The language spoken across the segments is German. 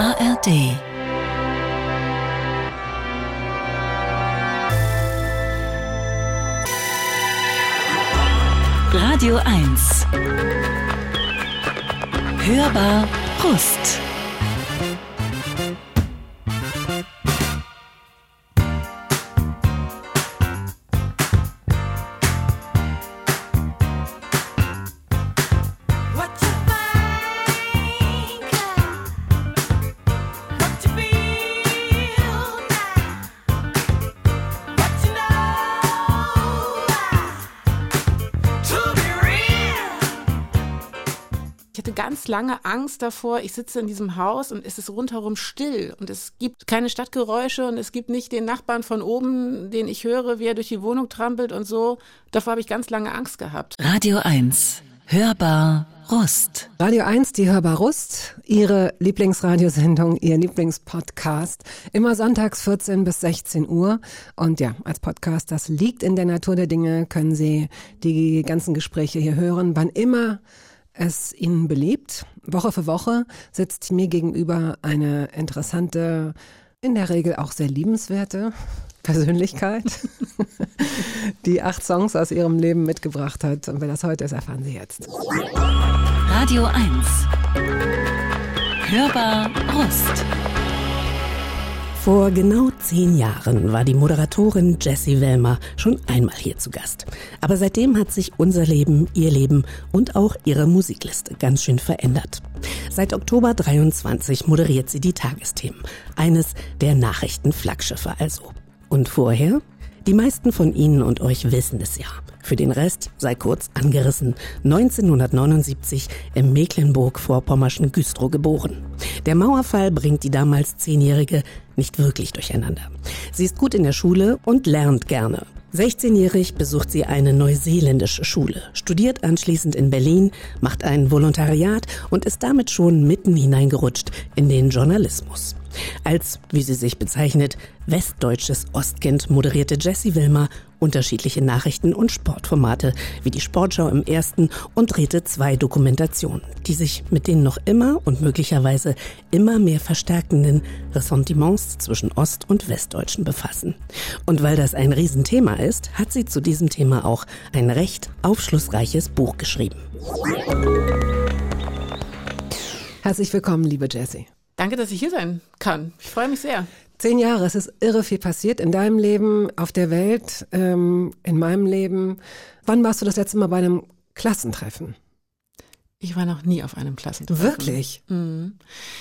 ARD. Radio 1. Hörbar Brust. Ganz lange Angst davor, ich sitze in diesem Haus und es ist rundherum still und es gibt keine Stadtgeräusche und es gibt nicht den Nachbarn von oben, den ich höre, wie er durch die Wohnung trampelt und so. Davor habe ich ganz lange Angst gehabt. Radio 1, Hörbar Rust. Radio 1, die Hörbar Rust, Ihre Lieblingsradiosendung, Ihr Lieblingspodcast. Immer sonntags 14 bis 16 Uhr. Und ja, als Podcast, das liegt in der Natur der Dinge, können Sie die ganzen Gespräche hier hören, wann immer es Ihnen beliebt. Woche für Woche sitzt mir gegenüber eine interessante, in der Regel auch sehr liebenswerte Persönlichkeit, die 8 Songs aus ihrem Leben mitgebracht hat. Und wer das heute ist, erfahren Sie jetzt. Radio 1. Hörbar Rust. Vor genau 10 Jahren war die Moderatorin Jessie Wellmer schon einmal hier zu Gast. Aber seitdem hat sich unser Leben, ihr Leben und auch ihre Musikliste ganz schön verändert. Seit Oktober 23 moderiert sie die Tagesthemen. Eines der Nachrichtenflaggschiffe also. Und vorher? Die meisten von Ihnen und euch wissen es ja. Für den Rest sei kurz angerissen. 1979 im Mecklenburg-Vorpommerschen Güstrow geboren. Der Mauerfall bringt die damals 10-Jährige nicht wirklich durcheinander. Sie ist gut in der Schule und lernt gerne. 16-jährig besucht sie eine neuseeländische Schule, studiert anschließend in Berlin, macht ein Volontariat und ist damit schon mitten hineingerutscht in den Journalismus. Als, wie sie sich bezeichnet, westdeutsches Ostkind moderierte Jessie Wellmer unterschiedliche Nachrichten- und Sportformate wie die Sportschau im Ersten und drehte 2 Dokumentationen, die sich mit den noch immer und möglicherweise immer mehr verstärkenden Ressentiments zwischen Ost- und Westdeutschen befassen. Und weil das ein Riesenthema ist, hat sie zu diesem Thema auch ein recht aufschlussreiches Buch geschrieben. Herzlich willkommen, liebe Jessie. Danke, dass ich hier sein kann. Ich freue mich sehr. 10 Jahre, es ist irre viel passiert in deinem Leben, auf der Welt, in meinem Leben. Wann warst du das letzte Mal bei einem Klassentreffen? Ich war noch nie auf einem Klassentreffen. Wirklich? Mhm.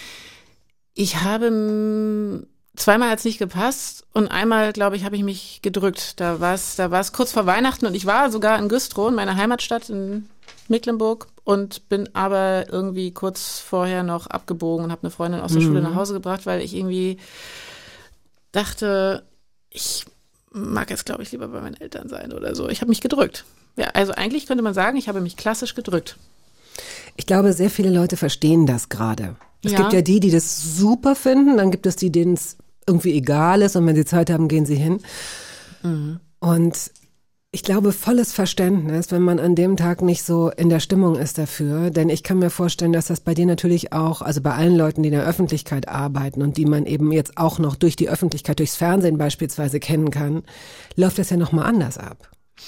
Ich habe 2-mal hat es nicht gepasst und einmal, glaube ich, habe ich mich gedrückt. Da war es kurz vor Weihnachten und ich war sogar in Güstrow, in meiner Heimatstadt in Mecklenburg, und bin aber irgendwie kurz vorher noch abgebogen und habe eine Freundin aus der Schule nach Hause gebracht, weil ich irgendwie dachte, ich mag jetzt, glaube ich, lieber bei meinen Eltern sein oder so. Ich habe mich gedrückt. Ja, also eigentlich könnte man sagen, ich habe mich klassisch gedrückt. Ich glaube, sehr viele Leute verstehen das gerade. Es gibt ja die das super finden, dann gibt es die, denen es irgendwie egal ist und wenn sie Zeit haben, gehen sie hin. Mhm. Und ich glaube, volles Verständnis, wenn man an dem Tag nicht so in der Stimmung ist dafür. Denn ich kann mir vorstellen, dass das bei dir natürlich auch, also bei allen Leuten, die in der Öffentlichkeit arbeiten und die man eben jetzt auch noch durch die Öffentlichkeit, durchs Fernsehen beispielsweise kennen kann, läuft das ja nochmal anders ab.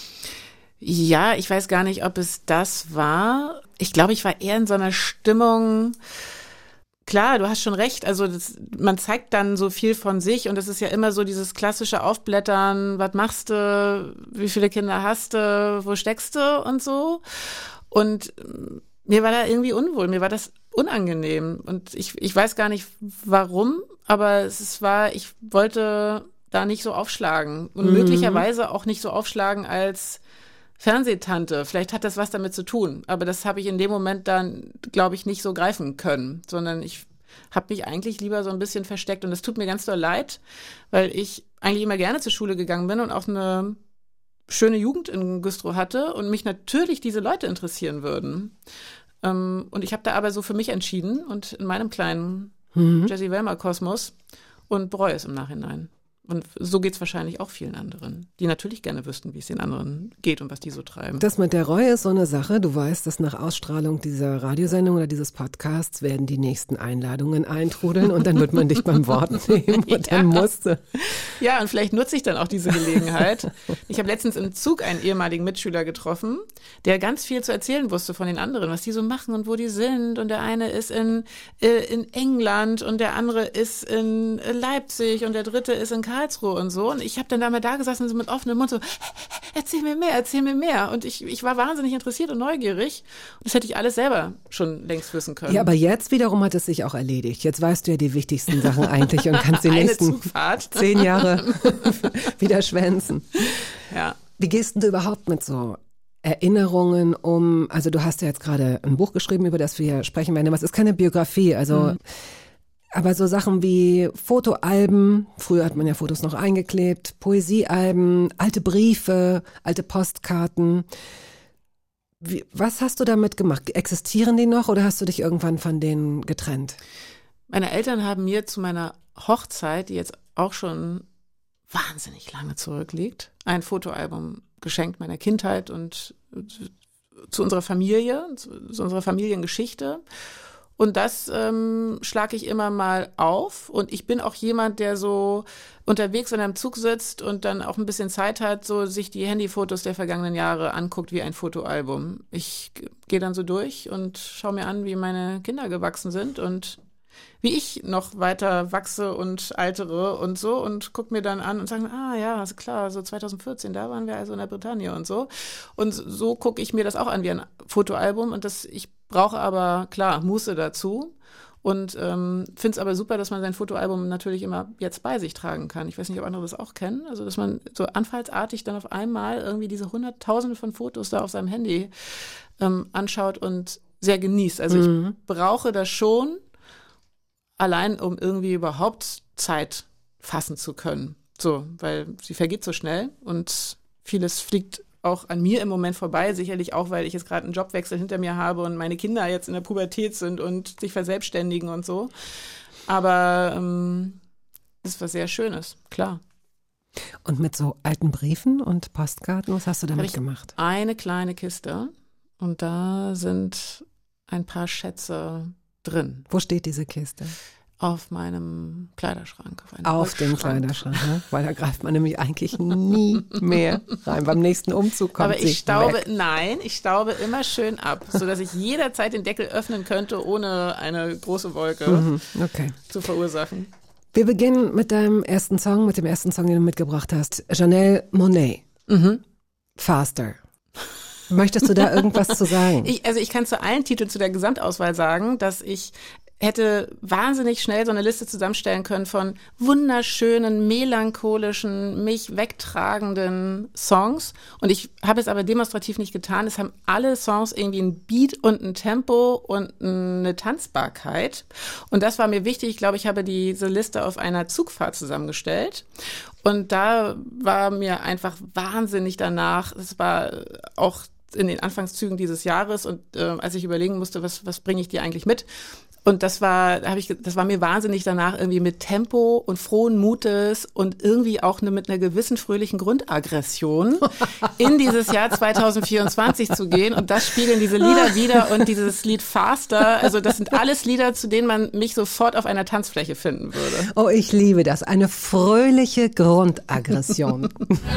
Ja, ich weiß gar nicht, ob es das war. Ich glaube, ich war eher in so einer Stimmung. Klar, du hast schon recht. Also man zeigt dann so viel von sich und es ist ja immer so dieses klassische Aufblättern, was machst du, wie viele Kinder hast du, wo steckst du und so. Und mir war da irgendwie unwohl, mir war das unangenehm und ich weiß gar nicht warum, aber ich wollte da nicht so aufschlagen und möglicherweise auch nicht so aufschlagen als Fernsehtante. Vielleicht hat das was damit zu tun, aber das habe ich in dem Moment dann, glaube ich, nicht so greifen können, sondern ich habe mich eigentlich lieber so ein bisschen versteckt und es tut mir ganz doll leid, weil ich eigentlich immer gerne zur Schule gegangen bin und auch eine schöne Jugend in Güstrow hatte und mich natürlich diese Leute interessieren würden. Und ich habe da aber so für mich entschieden und in meinem kleinen Jessie Wellmer Kosmos und bereue es im Nachhinein. Und so geht's wahrscheinlich auch vielen anderen, die natürlich gerne wüssten, wie es den anderen geht und was die so treiben. Das mit der Reue ist so eine Sache. Du weißt, dass nach Ausstrahlung dieser Radiosendung oder dieses Podcasts werden die nächsten Einladungen eintrudeln und dann wird man dich beim Wort nehmen und dann musst du. Ja, und vielleicht nutze ich dann auch diese Gelegenheit. Ich habe letztens im Zug einen ehemaligen Mitschüler getroffen, der ganz viel zu erzählen wusste von den anderen, was die so machen und wo die sind. Und der eine ist in England und der andere ist in Leipzig und der dritte ist in Karlsruhe und so. Und ich habe dann da mal da gesessen, so mit offenem Mund, so, erzähl mir mehr. Und ich war wahnsinnig interessiert und neugierig. Und das hätte ich alles selber schon längst wissen können. Ja, aber jetzt wiederum hat es sich auch erledigt. Jetzt weißt du ja die wichtigsten Sachen eigentlich und kannst die nächsten 10 Jahre wieder schwänzen. Ja. Wie gehst du überhaupt mit so Erinnerungen um? Also du hast ja jetzt gerade ein Buch geschrieben, über das wir sprechen werden. Aber es ist keine Biografie, also aber so Sachen wie Fotoalben, früher hat man ja Fotos noch eingeklebt, Poesiealben, alte Briefe, alte Postkarten. Was hast du damit gemacht? Existieren die noch oder hast du dich irgendwann von denen getrennt? Meine Eltern haben mir zu meiner Hochzeit, die jetzt auch schon wahnsinnig lange zurückliegt, ein Fotoalbum geschenkt meiner Kindheit und zu unserer Familie, zu unserer Familiengeschichte. Und das schlage ich immer mal auf. Und ich bin auch jemand, der so unterwegs in einem Zug sitzt und dann auch ein bisschen Zeit hat, so sich die Handyfotos der vergangenen Jahre anguckt wie ein Fotoalbum. Ich gehe dann so durch und schaue mir an, wie meine Kinder gewachsen sind und wie ich noch weiter wachse und altere und so und gucke mir dann an und sage, ja, ist klar, so 2014, da waren wir also in der Bretagne und so. Und so gucke ich mir das auch an wie ein Fotoalbum und ich brauche aber, klar, Muße dazu und finde es aber super, dass man sein Fotoalbum natürlich immer jetzt bei sich tragen kann. Ich weiß nicht, ob andere das auch kennen, also dass man so anfallsartig dann auf einmal irgendwie diese Hunderttausende von Fotos da auf seinem Handy anschaut und sehr genießt. Also ich brauche das schon, allein um irgendwie überhaupt Zeit fassen zu können. So, weil sie vergeht so schnell und vieles fliegt auch an mir im Moment vorbei, sicherlich auch, weil ich jetzt gerade einen Jobwechsel hinter mir habe und meine Kinder jetzt in der Pubertät sind und sich verselbstständigen und so. Aber das ist was sehr Schönes, klar. Und mit so alten Briefen und Postkarten, was hast du damit gemacht? Eine kleine Kiste und da sind ein paar Schätze drin. Wo steht diese Kiste? Auf meinem Kleiderschrank. Auf dem Kleiderschrank, ne? Weil da greift man nämlich eigentlich nie mehr rein. Beim nächsten Umzug kommt aber ich staube immer schön ab, sodass ich jederzeit den Deckel öffnen könnte, ohne eine große Wolke zu verursachen. Wir beginnen mit dem ersten Song, den du mitgebracht hast. Janelle Monáe. Faster. Möchtest du da irgendwas zu sagen? Ich kann zu allen Titeln zu der Gesamtauswahl sagen, dass ich hätte wahnsinnig schnell so eine Liste zusammenstellen können von wunderschönen, melancholischen, mich wegtragenden Songs. Und ich habe es aber demonstrativ nicht getan. Es haben alle Songs irgendwie ein Beat und ein Tempo und eine Tanzbarkeit. Und das war mir wichtig. Ich glaube, ich habe diese Liste auf einer Zugfahrt zusammengestellt. Und da war mir einfach wahnsinnig danach. Es war auch in den Anfangszügen dieses Jahres und als ich überlegen musste, was bringe ich dir eigentlich mit? Und das war mir wahnsinnig danach, irgendwie mit Tempo und frohen Mutes und irgendwie auch mit einer gewissen fröhlichen Grundaggression in dieses Jahr 2024 zu gehen. Und das spiegeln diese Lieder wieder und dieses Lied Faster. Also das sind alles Lieder, zu denen man mich sofort auf einer Tanzfläche finden würde. Oh, ich liebe das. Eine fröhliche Grundaggression.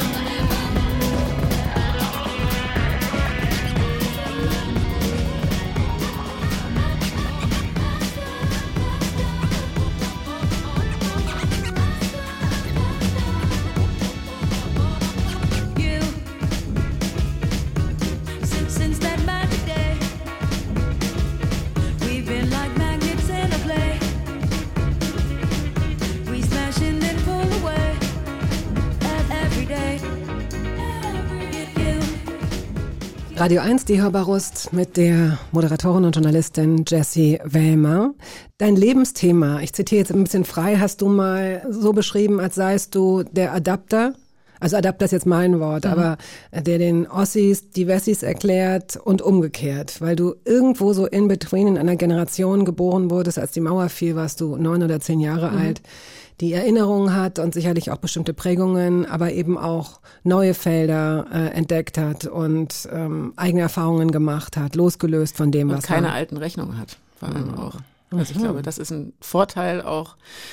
Radio 1, die Hörbar-Rust mit der Moderatorin und Journalistin Jessie Wellmer. Dein Lebensthema, ich zitiere jetzt ein bisschen frei, hast du mal so beschrieben, als seist du der Adapter, also Adapt ist jetzt mein Wort, aber der den Ossis die Wessis erklärt und umgekehrt, weil du irgendwo so in between in einer Generation geboren wurdest, als die Mauer fiel, warst du 9 oder 10 Jahre alt, die Erinnerungen hat und sicherlich auch bestimmte Prägungen, aber eben auch neue Felder entdeckt hat und eigene Erfahrungen gemacht hat, losgelöst von dem, und was keine alten Rechnungen hat, vor allem auch. Also ich glaube, das ist ein Vorteil auch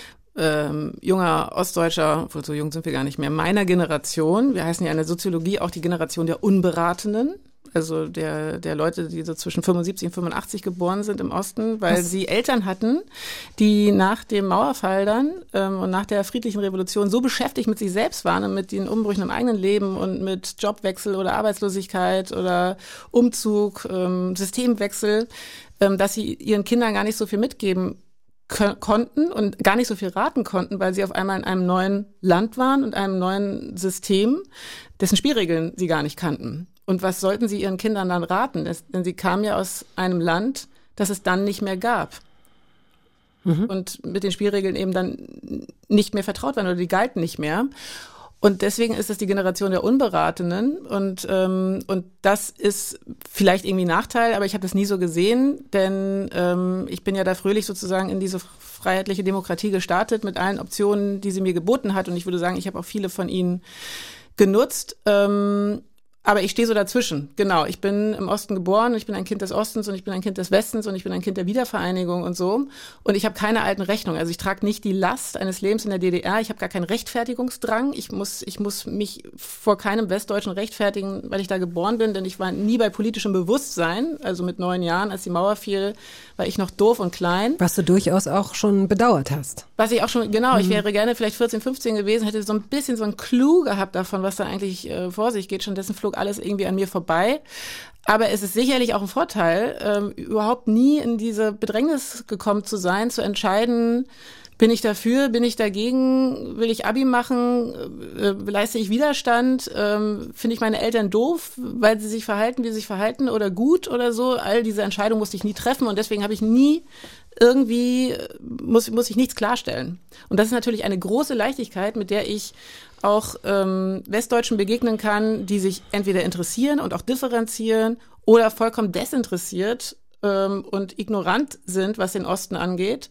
junger Ostdeutscher, obwohl so jung sind wir gar nicht mehr, meiner Generation. Wir heißen ja in der Soziologie auch die Generation der Unberatenen. Also der Leute, die so zwischen 75 und 85 geboren sind im Osten, weil sie Eltern hatten, die nach dem Mauerfall dann und nach der friedlichen Revolution so beschäftigt mit sich selbst waren und mit den Umbrüchen im eigenen Leben und mit Jobwechsel oder Arbeitslosigkeit oder Umzug, Systemwechsel, dass sie ihren Kindern gar nicht so viel mitgeben konnten und gar nicht so viel raten konnten, weil sie auf einmal in einem neuen Land waren und einem neuen System, dessen Spielregeln sie gar nicht kannten. Und was sollten sie ihren Kindern dann raten? Denn sie kamen ja aus einem Land, das es dann nicht mehr gab. Und mit den Spielregeln eben dann nicht mehr vertraut waren oder die galten nicht mehr. Und deswegen ist es die Generation der Unberatenen und das ist vielleicht irgendwie ein Nachteil, aber ich habe das nie so gesehen, denn ich bin ja da fröhlich sozusagen in diese freiheitliche Demokratie gestartet mit allen Optionen, die sie mir geboten hat und ich würde sagen, ich habe auch viele von ihnen genutzt. Aber ich stehe so dazwischen, genau. Ich bin im Osten geboren, ich bin ein Kind des Ostens und ich bin ein Kind des Westens und ich bin ein Kind der Wiedervereinigung und so. Und ich habe keine alten Rechnungen. Also ich trage nicht die Last eines Lebens in der DDR. Ich habe gar keinen Rechtfertigungsdrang. Ich muss mich vor keinem Westdeutschen rechtfertigen, weil ich da geboren bin, denn ich war nie bei politischem Bewusstsein. Also mit 9 Jahren, als die Mauer fiel, war ich noch doof und klein. Was du durchaus auch schon bedauert hast. Was ich auch schon, genau, ich wäre gerne vielleicht 14, 15 gewesen, hätte so ein bisschen so einen Clou gehabt davon, was da eigentlich vor sich geht. Stattdessen flog alles irgendwie an mir vorbei. Aber es ist sicherlich auch ein Vorteil, überhaupt nie in diese Bedrängnis gekommen zu sein, zu entscheiden, bin ich dafür, bin ich dagegen, will ich Abi machen, leiste ich Widerstand, finde ich meine Eltern doof, weil sie sich verhalten, wie sie sich verhalten oder gut oder so. All diese Entscheidungen musste ich nie treffen und deswegen habe ich nie irgendwie, muss ich nichts klarstellen. Und das ist natürlich eine große Leichtigkeit, mit der ich auch Westdeutschen begegnen kann, die sich entweder interessieren und auch differenzieren oder vollkommen desinteressiert und ignorant sind, was den Osten angeht.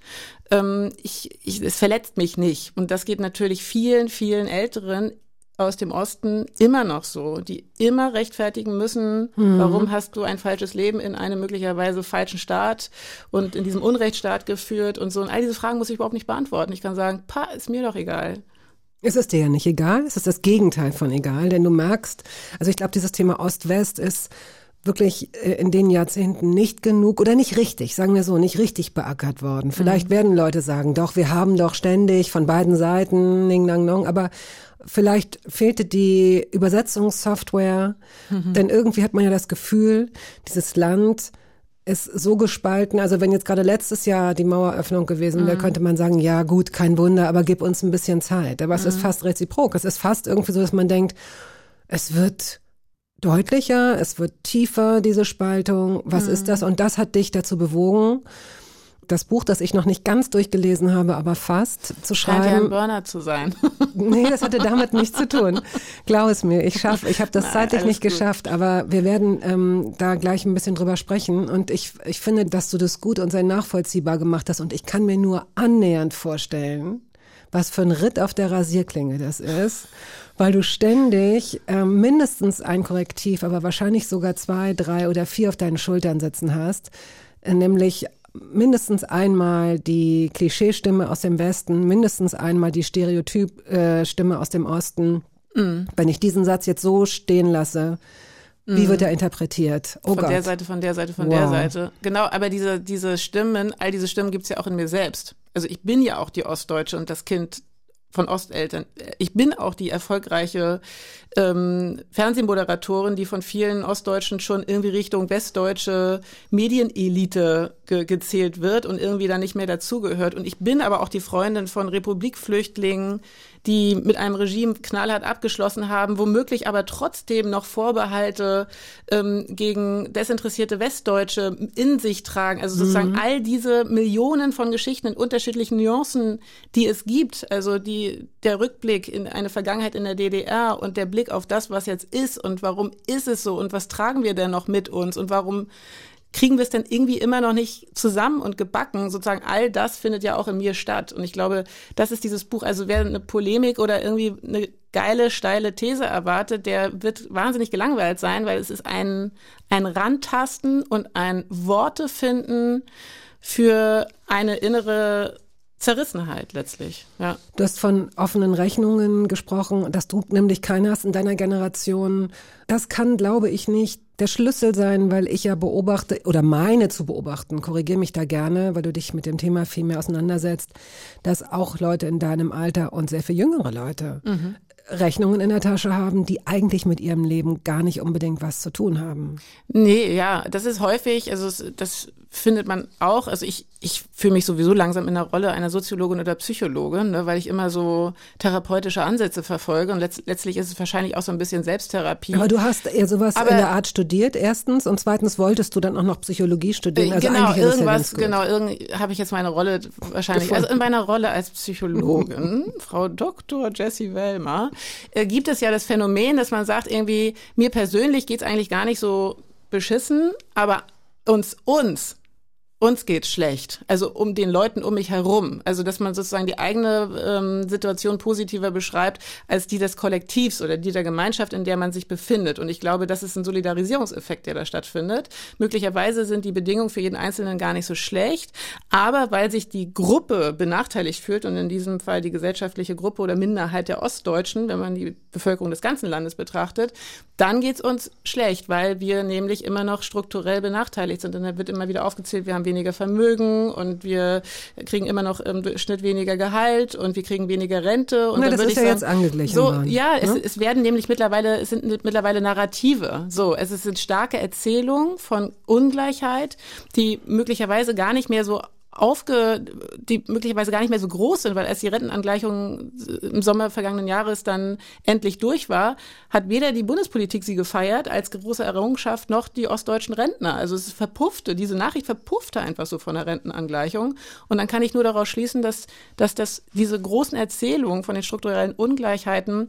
Es verletzt mich nicht. Und das geht natürlich vielen, vielen Älteren aus dem Osten immer noch so, die immer rechtfertigen müssen, warum hast du ein falsches Leben in einem möglicherweise falschen Staat und in diesem Unrechtsstaat geführt und so. Und all diese Fragen muss ich überhaupt nicht beantworten. Ich kann sagen, ist mir doch egal. Es ist dir ja nicht egal, es ist das Gegenteil von egal, denn du merkst, also ich glaube, dieses Thema Ost-West ist wirklich in den Jahrzehnten nicht genug oder nicht richtig, sagen wir so, nicht richtig beackert worden. Vielleicht werden Leute sagen, doch, wir haben doch ständig von beiden Seiten, ning, nang, nong, aber vielleicht fehlte die Übersetzungssoftware, denn irgendwie hat man ja das Gefühl, dieses Land ist so gespalten, also wenn jetzt gerade letztes Jahr die Maueröffnung gewesen wäre, könnte man sagen, ja gut, kein Wunder, aber gib uns ein bisschen Zeit. Aber es ist fast reziprok, es ist fast irgendwie so, dass man denkt, es wird deutlicher, es wird tiefer, diese Spaltung. Was ist das? Und das hat dich dazu bewogen, das Buch, das ich noch nicht ganz durchgelesen habe, aber fast zu schreiben. Scheint ja ein Burner zu sein. Nee, das hatte damit nichts zu tun. Glaub es mir, ich habe das zeitlich nicht geschafft, aber wir werden da gleich ein bisschen drüber sprechen. Und ich finde, dass du das gut und sehr nachvollziehbar gemacht hast. Und ich kann mir nur annähernd vorstellen, was für ein Ritt auf der Rasierklinge das ist, weil du ständig mindestens ein Korrektiv, aber wahrscheinlich sogar 2, 3 oder 4 auf deinen Schultern sitzen hast, nämlich mindestens einmal die Klischeestimme aus dem Westen, mindestens einmal die Stereotypstimme aus dem Osten. Wenn ich diesen Satz jetzt so stehen lasse, wie wird er interpretiert? Oh Gott. Von der Seite, von der Seite, von der Seite. Genau, aber diese Stimmen, all diese Stimmen gibt's ja auch in mir selbst. Also ich bin ja auch die Ostdeutsche und das Kind von Osteltern. Ich bin auch die erfolgreiche Fernsehmoderatorin, die von vielen Ostdeutschen schon irgendwie Richtung westdeutsche Medienelite gezählt wird und irgendwie dann nicht mehr dazugehört. Und ich bin aber auch die Freundin von Republikflüchtlingen, die mit einem Regime knallhart abgeschlossen haben, womöglich aber trotzdem noch Vorbehalte gegen desinteressierte Westdeutsche in sich tragen. Also sozusagen all diese Millionen von Geschichten in unterschiedlichen Nuancen, die es gibt. Also der Rückblick in eine Vergangenheit in der DDR und der Blick auf das, was jetzt ist und warum ist es so und was tragen wir denn noch mit uns und warum kriegen wir es denn irgendwie immer noch nicht zusammen und gebacken? Sozusagen all das findet ja auch in mir statt. Und ich glaube, das ist dieses Buch. Also wer eine Polemik oder irgendwie eine geile, steile These erwartet, der wird wahnsinnig gelangweilt sein, weil es ist ein Rantasten und ein Worte finden für eine innere Zerrissenheit letztlich, ja. Du hast von offenen Rechnungen gesprochen, dass du nämlich keine hast in deiner Generation. Das kann, glaube ich, nicht der Schlüssel sein, weil ich ja beobachte oder meine zu beobachten, korrigiere mich da gerne, weil du dich mit dem Thema viel mehr auseinandersetzt, dass auch Leute in deinem Alter und sehr viel jüngere Leute Rechnungen in der Tasche haben, die eigentlich mit ihrem Leben gar nicht unbedingt was zu tun haben. Nee, ja, das ist häufig, also das findet man auch, also ich fühle mich sowieso langsam in der Rolle einer Soziologin oder Psychologin, ne, weil ich immer so therapeutische Ansätze verfolge und letztlich ist es wahrscheinlich auch so ein bisschen Selbsttherapie. Aber du hast eher sowas in der Art studiert, erstens, und zweitens wolltest du dann auch noch Psychologie studieren. Also genau, eigentlich ist irgendwas, das ja ganz gut. habe ich jetzt meine Rolle wahrscheinlich, gefunden. also in meiner Rolle als Psychologin, Frau Dr. Jessie Wellmer, gibt es ja das Phänomen, dass man sagt irgendwie, mir persönlich geht's eigentlich gar nicht so beschissen, aber uns geht's schlecht, also um den Leuten um mich herum. Also dass man sozusagen die eigene Situation positiver beschreibt als die des Kollektivs oder die der Gemeinschaft, in der man sich befindet. Und ich glaube, das ist ein Solidarisierungseffekt, der da stattfindet. Möglicherweise sind die Bedingungen für jeden Einzelnen gar nicht so schlecht, aber weil sich die Gruppe benachteiligt fühlt und in diesem Fall die gesellschaftliche Gruppe oder Minderheit der Ostdeutschen, wenn man die Bevölkerung des ganzen Landes betrachtet, dann geht's uns schlecht, weil wir nämlich immer noch strukturell benachteiligt sind. Und da wird immer wieder aufgezählt, wir haben weniger Vermögen und wir kriegen immer noch im Schnitt weniger Gehalt und wir kriegen weniger Rente. Und Na, dann das ist ja sagen, jetzt angeglichen so, worden. ja, Ne? es werden nämlich es sind mittlerweile Narrative. So, es sind starke Erzählungen von Ungleichheit, die möglicherweise gar nicht mehr so die möglicherweise gar nicht mehr so groß sind, weil als die Rentenangleichung im Sommer vergangenen Jahres dann endlich durch war, hat weder die Bundespolitik sie gefeiert als große Errungenschaft noch die ostdeutschen Rentner. Also es verpuffte, diese Nachricht verpuffte einfach so von der Rentenangleichung. Und dann kann ich nur daraus schließen, dass diese großen Erzählungen von den strukturellen Ungleichheiten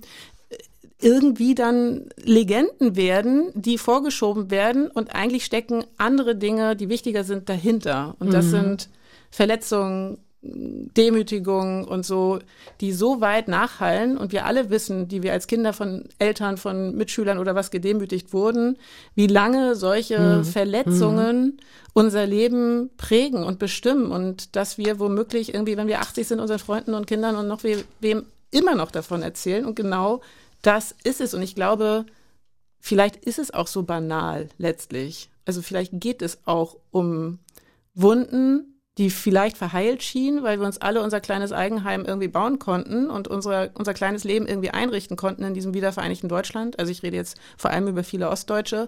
irgendwie dann Legenden werden, die vorgeschoben werden und eigentlich stecken andere Dinge, die wichtiger sind, dahinter. Und das sind Verletzungen, Demütigungen und so, die so weit nachhallen und wir alle wissen, die wir als Kinder von Eltern, von Mitschülern oder was gedemütigt wurden, wie lange solche Verletzungen unser Leben prägen und bestimmen und dass wir womöglich irgendwie, wenn wir 80 sind, unseren Freunden und Kindern und noch wem immer noch davon erzählen und genau das ist es. Und ich glaube, vielleicht ist es auch so banal letztlich. Also vielleicht geht es auch um Wunden, die vielleicht verheilt schienen, weil wir uns alle unser kleines Eigenheim irgendwie bauen konnten und unser kleines Leben irgendwie einrichten konnten in diesem wiedervereinigten Deutschland. Also ich rede jetzt vor allem über viele Ostdeutsche.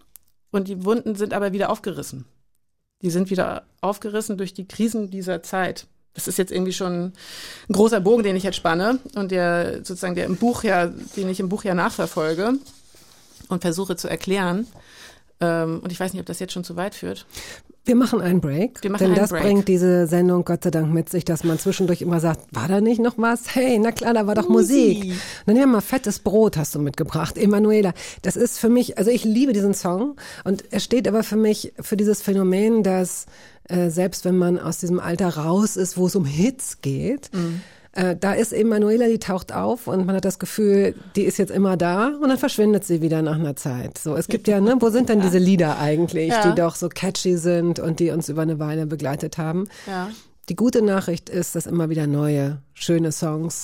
Und die Wunden sind aber wieder aufgerissen. Die sind wieder aufgerissen durch die Krisen dieser Zeit. Das ist jetzt irgendwie schon ein großer Bogen, den ich jetzt spanne und den ich im Buch ja nachverfolge und versuche zu erklären. Und ich weiß nicht, ob das jetzt schon zu weit führt. Wir machen einen Break, denn das bringt diese Sendung Gott sei Dank mit sich, dass man zwischendurch immer sagt, war da nicht noch was? Hey, na klar, da war doch Musik. Dann ja mal fettes Brot hast du mitgebracht, Emanuela. Das ist für mich, also ich liebe diesen Song und er steht aber für mich für dieses Phänomen, dass selbst wenn man aus diesem Alter raus ist, wo es um Hits geht, da ist Emanuela, die taucht auf und man hat das Gefühl, die ist jetzt immer da und dann verschwindet sie wieder nach einer Zeit. So, es gibt ja, ne, wo sind denn diese Lieder eigentlich, die doch so catchy sind und die uns über eine Weile begleitet haben? Ja. Die gute Nachricht ist, dass immer wieder neue, schöne Songs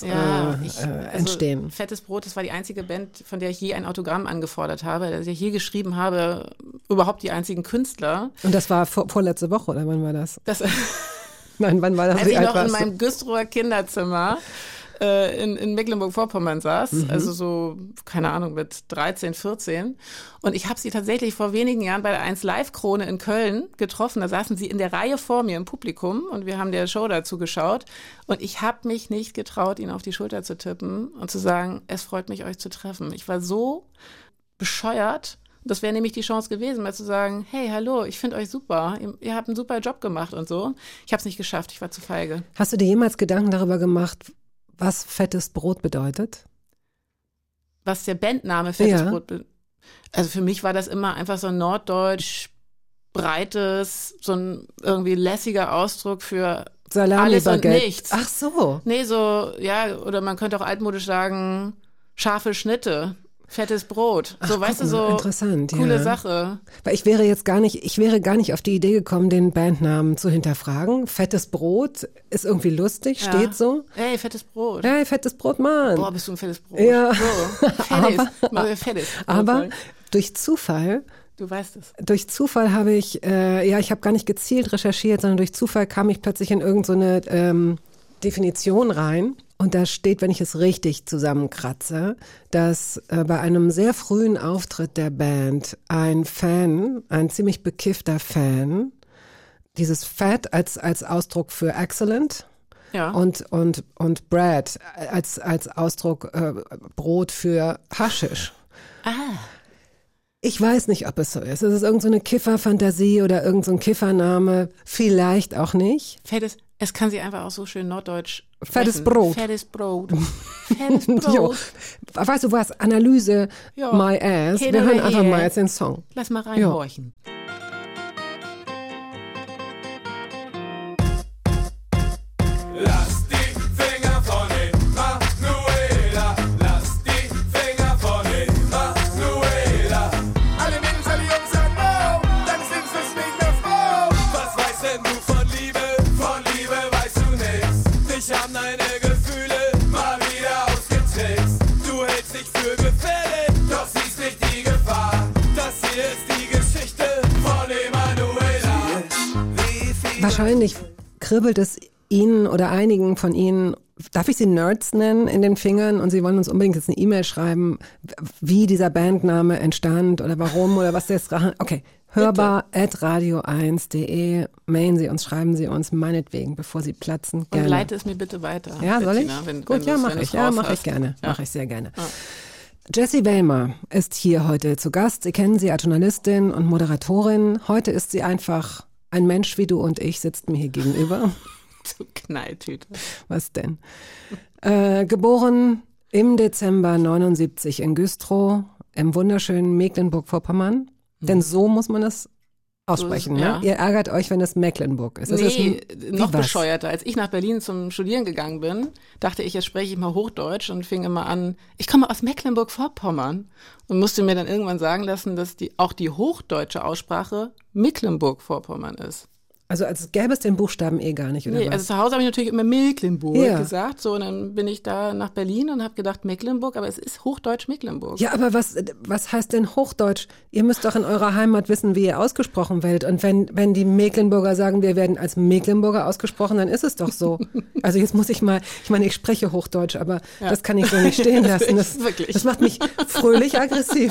entstehen. Also Fettes Brot, das war die einzige Band, von der ich je ein Autogramm angefordert habe, dass ich je geschrieben habe, überhaupt die einzigen Künstler. Und das war vorletzte Woche, oder wann war das? Nein, wann war das? Als ich noch in meinem Güstrower Kinderzimmer in Mecklenburg-Vorpommern saß, also so, keine Ahnung, mit 13, 14. Und ich habe sie tatsächlich vor wenigen Jahren bei der 1 Live-Krone in Köln getroffen. Da saßen sie in der Reihe vor mir im Publikum und wir haben der Show dazu geschaut. Und ich habe mich nicht getraut, ihnen auf die Schulter zu tippen und zu sagen, es freut mich, euch zu treffen. Ich war so bescheuert. Das wäre nämlich die Chance gewesen, mal zu sagen, hey, hallo, ich finde euch super, ihr habt einen super Job gemacht und so. Ich habe es nicht geschafft, ich war zu feige. Hast du dir jemals Gedanken darüber gemacht, was fettes Brot bedeutet? Was der Bandname fettes Brot bedeutet? Also für mich war das immer einfach so ein norddeutsch, breites, so ein irgendwie lässiger Ausdruck für alles und nichts. Ach so. Nee, so, ja, oder man könnte auch altmodisch sagen, scharfe Schnitte. Fettes Brot. So, weißt du, so interessant, coole Sache. Weil ich wäre gar nicht auf die Idee gekommen, den Bandnamen zu hinterfragen. Fettes Brot ist irgendwie lustig, steht so. Hey, fettes Brot. Hey, fettes Brot, Mann. Boah, bist du ein fettes Brot. Ja. So, fettes. Aber durch Zufall. Du weißt es. Durch Zufall habe ich, ich habe gar nicht gezielt recherchiert, sondern durch Zufall kam ich plötzlich in irgendeine Definition rein. Und da steht, wenn ich es richtig zusammenkratze, dass bei einem sehr frühen Auftritt der Band ein ziemlich bekiffter Fan, dieses Fat als Ausdruck für excellent und Bread als Ausdruck Brot für Haschisch. Ich weiß nicht, ob es so ist. Es ist irgendeine Kifferfantasie oder irgendein Kiffername, vielleicht auch nicht. Es kann sie einfach auch so schön norddeutsch sprechen. Fettes Brot. Fettes Brot. Fettes Brot. Weißt du was? Analyse, my ass. Wir hören einfach mal jetzt den Song. Lass mal reinhorchen. Lass die Finger von den Manuela. Lass die Finger von den Manuela. Alle Mädels, alle Jungs sagen no. Deines Lebens wirst du nicht mehr froh. Was weißt denn du von Liebe? Von Liebe weißt du nix. Dich haben deine Gefühle mal wieder ausgetrickst. Du hältst dich für gefährlich, doch siehst nicht die Gefahr. Das hier ist die Geschichte von Emanuela. Wahrscheinlich kribbelt es Ihnen oder einigen von Ihnen, darf ich sie Nerds nennen, in den Fingern und Sie wollen uns unbedingt jetzt eine E-Mail schreiben, wie dieser Bandname entstand oder warum oder was das... Okay, hörbar@radio1.de, mailen Sie uns, schreiben Sie uns, meinetwegen, bevor Sie platzen, gerne. Und leite es mir bitte weiter. Ja, soll ich? Gut, ja, mache ich. Ja, mache ich gerne. Mache ich sehr gerne. Jessie Wellmer ist hier heute zu Gast. Sie kennen sie als Journalistin und Moderatorin. Heute ist sie einfach ein Mensch wie du und ich, sitzt mir hier gegenüber. Du Knalltüte. Was denn? Geboren im Dezember 79 in Güstrow, im wunderschönen Mecklenburg-Vorpommern. Denn so muss man es aussprechen. Ja. Ne? Ihr ärgert euch, wenn es Mecklenburg ist. Das noch bescheuerter. Als ich nach Berlin zum Studieren gegangen bin, dachte ich, jetzt spreche ich mal Hochdeutsch und fing immer an, ich komme aus Mecklenburg-Vorpommern und musste mir dann irgendwann sagen lassen, dass auch die hochdeutsche Aussprache Mecklenburg-Vorpommern ist. Also als gäbe es den Buchstaben gar nicht, oder was? Also zu Hause habe ich natürlich immer Mecklenburg gesagt, so, und dann bin ich da nach Berlin und habe gedacht Mecklenburg, aber es ist Hochdeutsch Mecklenburg. Ja, aber was heißt denn Hochdeutsch? Ihr müsst doch in eurer Heimat wissen, wie ihr ausgesprochen werdet. Und wenn die Mecklenburger sagen, wir werden als Mecklenburger ausgesprochen, dann ist es doch so. Also jetzt muss ich meine, ich spreche Hochdeutsch, aber das kann ich so nicht stehen lassen. Das macht mich fröhlich aggressiv.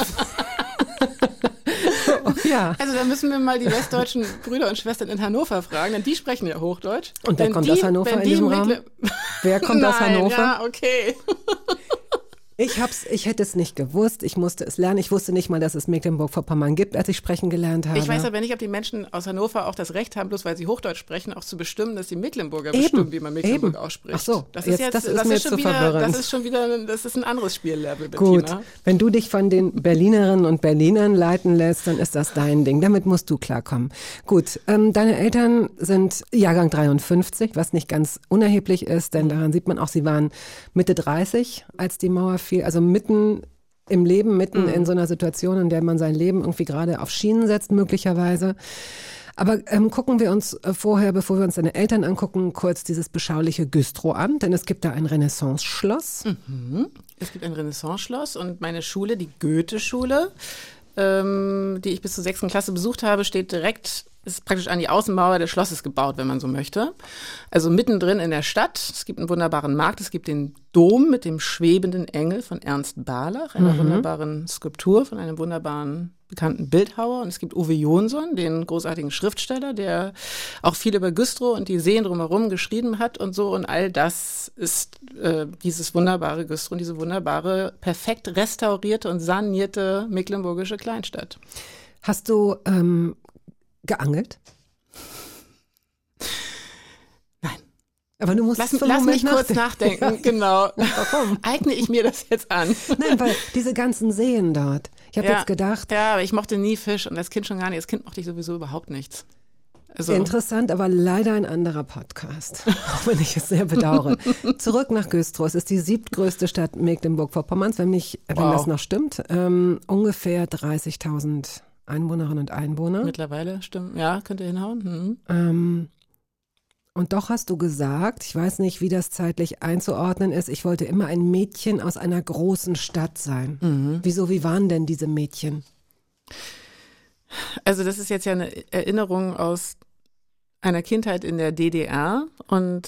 Ja. Also da müssen wir mal die westdeutschen Brüder und Schwestern in Hannover fragen, denn die sprechen ja Hochdeutsch. Und wer kommt aus Hannover in diesem Raum? Wer kommt aus Hannover? Ja, okay. Ich hätte es nicht gewusst, ich musste es lernen. Ich wusste nicht mal, dass es Mecklenburg-Vorpommern gibt, als ich sprechen gelernt habe. Ich weiß aber nicht, ob die Menschen aus Hannover auch das Recht haben, bloß weil sie Hochdeutsch sprechen, auch zu bestimmen, dass die Mecklenburger bestimmen, wie man Mecklenburg ausspricht. Ach so, das ist mir zu verwirrend. Das ist ein anderes Spiellevel, Bettina. Gut, wenn du dich von den Berlinerinnen und Berlinern leiten lässt, dann ist das dein Ding. Damit musst du klarkommen. Gut, deine Eltern sind Jahrgang 53, was nicht ganz unerheblich ist, denn daran sieht man auch, sie waren Mitte 30, als die Mauer fiel. Also mitten im Leben, mitten in so einer Situation, in der man sein Leben irgendwie gerade auf Schienen setzt, möglicherweise. Aber gucken wir uns vorher, bevor wir uns deine Eltern angucken, kurz dieses beschauliche Güstrow an, denn es gibt da ein Renaissance-Schloss. Es gibt ein Renaissance-Schloss und meine Schule, die Goethe-Schule, die ich bis zur 6. Klasse besucht habe, steht direkt ist praktisch an die Außenmauer des Schlosses gebaut, wenn man so möchte. Also mittendrin in der Stadt. Es gibt einen wunderbaren Markt. Es gibt den Dom mit dem schwebenden Engel von Ernst Barlach, einer wunderbaren Skulptur von einem wunderbaren bekannten Bildhauer. Und es gibt Uwe Jonsson, den großartigen Schriftsteller, der auch viel über Güstrow und die Seen drumherum geschrieben hat und so. Und all das ist dieses wunderbare Güstrow und diese wunderbare, perfekt restaurierte und sanierte mecklenburgische Kleinstadt. Hast du geangelt? Nein. Aber du musst Lass mich kurz nachdenken. Genau. Warum? Eigne ich mir das jetzt an? Nein, weil diese ganzen Seen dort. Ich habe jetzt gedacht. Ja, aber ich mochte nie Fisch und als Kind schon gar nicht. Als Kind mochte ich sowieso überhaupt nichts. Also. Interessant, aber leider ein anderer Podcast, auch wenn ich es sehr bedauere. Zurück nach Güstrow. Es ist die 7. größte Stadt Mecklenburg-Vorpommerns, wenn das noch stimmt. Ungefähr 30.000 Einwohnerinnen und Einwohner. Mittlerweile, stimmt. Ja, könnte hinhauen. Und doch hast du gesagt, ich weiß nicht, wie das zeitlich einzuordnen ist, ich wollte immer ein Mädchen aus einer großen Stadt sein. Wieso, wie waren denn diese Mädchen? Also das ist jetzt ja eine Erinnerung aus einer Kindheit in der DDR und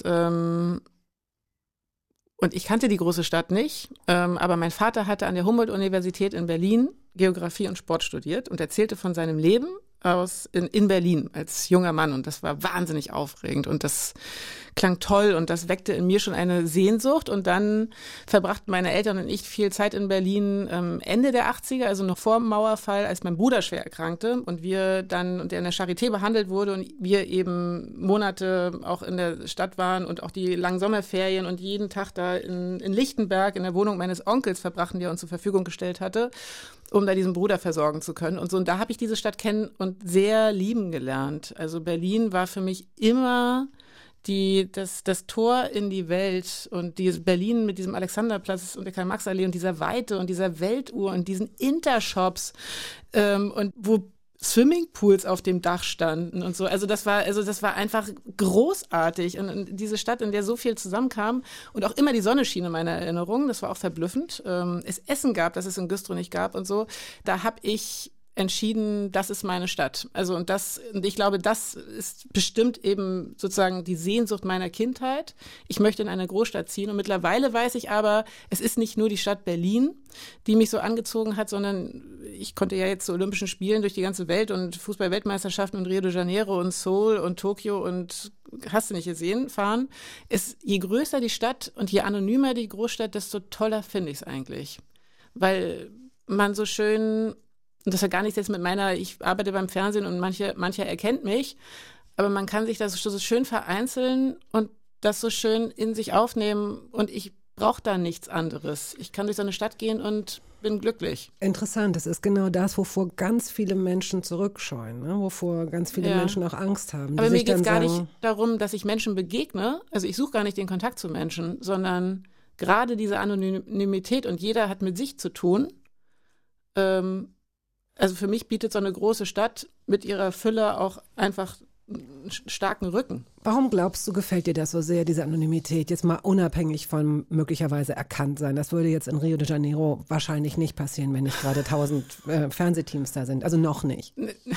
ich kannte die große Stadt nicht, aber mein Vater hatte an der Humboldt-Universität in Berlin Geografie und Sport studiert und erzählte von seinem Leben in Berlin als junger Mann und das war wahnsinnig aufregend und das klang toll und das weckte in mir schon eine Sehnsucht und dann verbrachten meine Eltern und ich viel Zeit in Berlin Ende der 80er, also noch vor dem Mauerfall, als mein Bruder schwer erkrankte und der in der Charité behandelt wurde und wir eben Monate auch in der Stadt waren und auch die langen Sommerferien und jeden Tag da in Lichtenberg in der Wohnung meines Onkels verbrachten, der uns zur Verfügung gestellt hatte, um da diesen Bruder versorgen zu können und so. Und da habe ich diese Stadt kennen und sehr lieben gelernt. Also Berlin war für mich immer das Tor in die Welt und dieses Berlin mit diesem Alexanderplatz und der Karl-Marx-Allee und dieser Weite und dieser Weltuhr und diesen Intershops und wo Swimmingpools auf dem Dach standen und so. Also das war einfach großartig und diese Stadt, in der so viel zusammenkam und auch immer die Sonne schien in meiner Erinnerung, das war auch verblüffend. Es Essen gab, das es in Güstrow nicht gab und so. Da habe ich entschieden, das ist meine Stadt. Also und ich glaube, das ist bestimmt eben sozusagen die Sehnsucht meiner Kindheit. Ich möchte in eine Großstadt ziehen und mittlerweile weiß ich aber, es ist nicht nur die Stadt Berlin, die mich so angezogen hat, sondern ich konnte ja jetzt zu Olympischen Spielen durch die ganze Welt und Fußball-Weltmeisterschaften und Rio de Janeiro und Seoul und Tokio und hast du nicht gesehen, fahren. Je größer die Stadt und je anonymer die Großstadt, desto toller finde ich es eigentlich. Weil man so schön. Und das hat gar nichts jetzt ich arbeite beim Fernsehen und mancher erkennt mich, aber man kann sich das so schön vereinzeln und das so schön in sich aufnehmen und ich brauche da nichts anderes. Ich kann durch so eine Stadt gehen und bin glücklich. Interessant, das ist genau das, wovor ganz viele Menschen zurückscheuen, ne? Wovor ganz viele Menschen auch Angst haben. Aber mir geht es gar nicht darum, dass ich Menschen begegne, also ich suche gar nicht den Kontakt zu Menschen, sondern gerade diese Anonymität und jeder hat mit sich zu tun. Also für mich bietet so eine große Stadt mit ihrer Fülle auch einfach einen starken Rücken. Warum glaubst du, gefällt dir das so sehr, diese Anonymität? Jetzt mal unabhängig von möglicherweise erkannt sein. Das würde jetzt in Rio de Janeiro wahrscheinlich nicht passieren, wenn nicht gerade 1000 Fernsehteams da sind. Also noch nicht.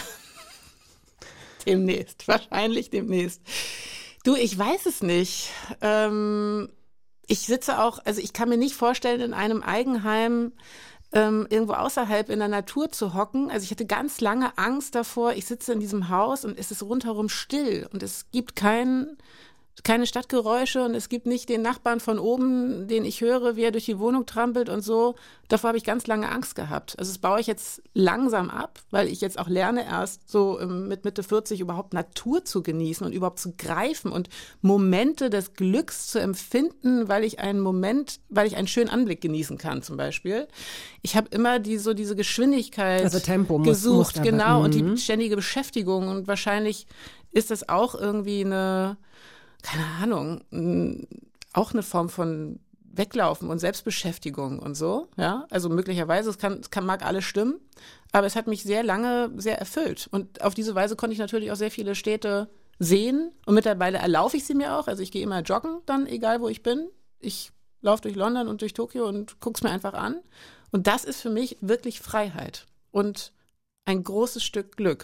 Wahrscheinlich demnächst. Du, ich weiß es nicht. Ich sitze auch, also ich kann mir nicht vorstellen, in einem Eigenheim irgendwo außerhalb in der Natur zu hocken. Also ich hatte ganz lange Angst davor, ich sitze in diesem Haus und es ist rundherum still und es gibt keine Stadtgeräusche und es gibt nicht den Nachbarn von oben, den ich höre, wie er durch die Wohnung trampelt und so. Davor habe ich ganz lange Angst gehabt. Also das baue ich jetzt langsam ab, weil ich jetzt auch lerne, erst so mit Mitte 40 überhaupt Natur zu genießen und überhaupt zu greifen und Momente des Glücks zu empfinden, weil ich einen schönen Anblick genießen kann zum Beispiel. Ich habe immer diese Geschwindigkeit also Tempo gesucht, muss genau, und die ständige Beschäftigung und wahrscheinlich ist das auch irgendwie keine Ahnung, auch eine Form von Weglaufen und Selbstbeschäftigung und so, ja, also möglicherweise, mag alles stimmen, aber es hat mich sehr lange sehr erfüllt und auf diese Weise konnte ich natürlich auch sehr viele Städte sehen und mittlerweile erlaufe ich sie mir auch, also ich gehe immer joggen dann, egal wo ich bin, ich laufe durch London und durch Tokio und guck's mir einfach an und das ist für mich wirklich Freiheit und ein großes Stück Glück.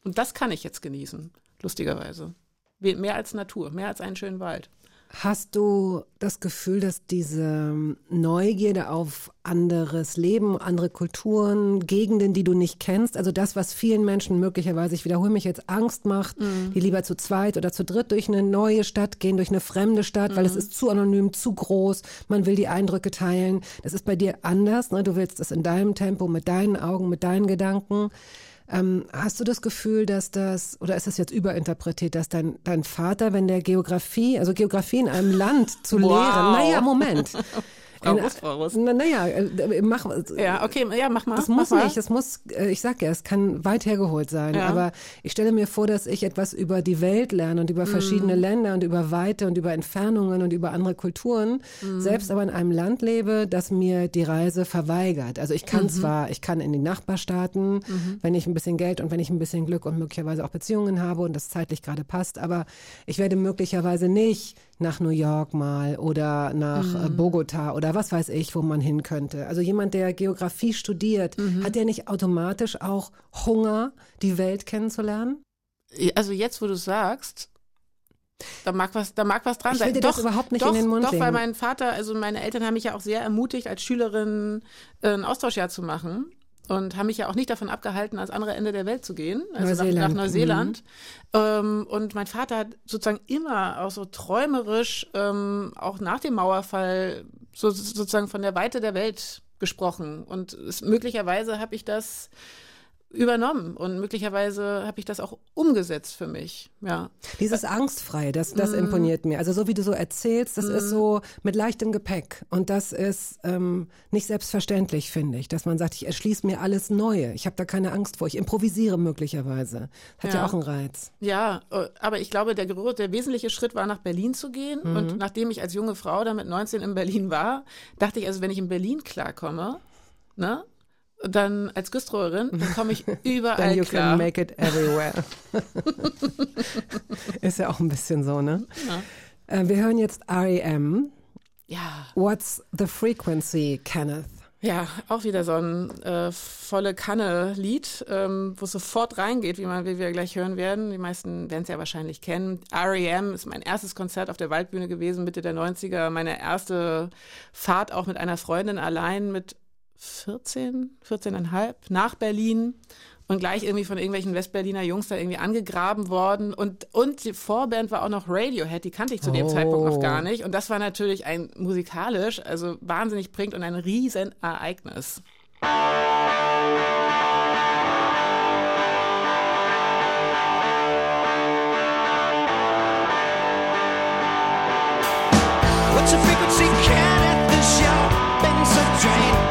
Und das kann ich jetzt genießen, lustigerweise. Mehr als Natur, mehr als einen schönen Wald. Hast du das Gefühl, dass diese Neugierde auf anderes Leben, andere Kulturen, Gegenden, die du nicht kennst, also das, was vielen Menschen möglicherweise, ich wiederhole mich jetzt, Angst macht, die lieber zu zweit oder zu dritt durch eine neue Stadt gehen, durch eine fremde Stadt, weil es ist zu anonym, zu groß, man will die Eindrücke teilen. Das ist bei dir anders, ne? Du willst das in deinem Tempo, mit deinen Augen, mit deinen Gedanken. Hast du das Gefühl, dass das, oder ist das jetzt überinterpretiert, dass dein Vater, wenn der Geografie in einem Land zu lehren, naja, Moment. Frau Rust. Mach. Ja, okay, ja, mach mal. Das muss nicht, ich sag ja, es kann weit hergeholt sein, aber ich stelle mir vor, dass ich etwas über die Welt lerne und über verschiedene Länder und über Weite und über Entfernungen und über andere Kulturen, selbst aber in einem Land lebe, das mir die Reise verweigert. Also ich kann ich kann in die Nachbarstaaten, wenn ich ein bisschen Geld und wenn ich ein bisschen Glück und möglicherweise auch Beziehungen habe und das zeitlich gerade passt, aber ich werde möglicherweise nicht nach New York mal oder nach Bogota oder was weiß ich, wo man hin könnte. Also jemand, der Geografie studiert, hat der nicht automatisch auch Hunger, die Welt kennenzulernen? Also jetzt, wo du sagst, da mag was dran ich sein. Ich will dir das überhaupt nicht in den Mund legen. Weil mein Vater, also meine Eltern haben mich ja auch sehr ermutigt, als Schülerin ein Austauschjahr zu machen. Und haben mich ja auch nicht davon abgehalten, ans andere Ende der Welt zu gehen, also nach Neuseeland. Und mein Vater hat sozusagen immer auch so träumerisch, auch nach dem Mauerfall, sozusagen von der Weite der Welt gesprochen. Und möglicherweise habe ich das übernommen und möglicherweise habe ich das auch umgesetzt für mich. Ja. Dieses Angstfreie, das imponiert mir. Also so wie du so erzählst, das ist so mit leichtem Gepäck und das ist nicht selbstverständlich, finde ich, dass man sagt, ich erschließe mir alles Neue. Ich habe da keine Angst vor, ich improvisiere möglicherweise. Hat ja auch einen Reiz. Ja, aber ich glaube, der wesentliche Schritt war, nach Berlin zu gehen und nachdem ich als junge Frau dann mit 19 in Berlin war, dachte ich, also wenn ich in Berlin klarkomme, ne? Dann als Güstrowerin, dann komme ich überall Then you klar. can make it everywhere. Ist ja auch ein bisschen so, ne? Ja. Wir hören jetzt R.E.M. Ja. What's the Frequency, Kenneth? Ja, auch wieder so ein volle Kanne-Lied, wo es sofort reingeht, wie wir gleich hören werden. Die meisten werden es ja wahrscheinlich kennen. R.E.M. ist mein erstes Konzert auf der Waldbühne gewesen, Mitte der 90er. Meine erste Fahrt auch mit einer Freundin allein mit 14,5 nach Berlin und gleich irgendwie von irgendwelchen Westberliner Jungs da irgendwie angegraben worden und die Vorband war auch noch Radiohead, die kannte ich zu dem Zeitpunkt noch gar nicht und das war natürlich ein musikalisch, also wahnsinnig prägend und ein Riesenereignis. What's the frequency, Kenneth? This show been so drained.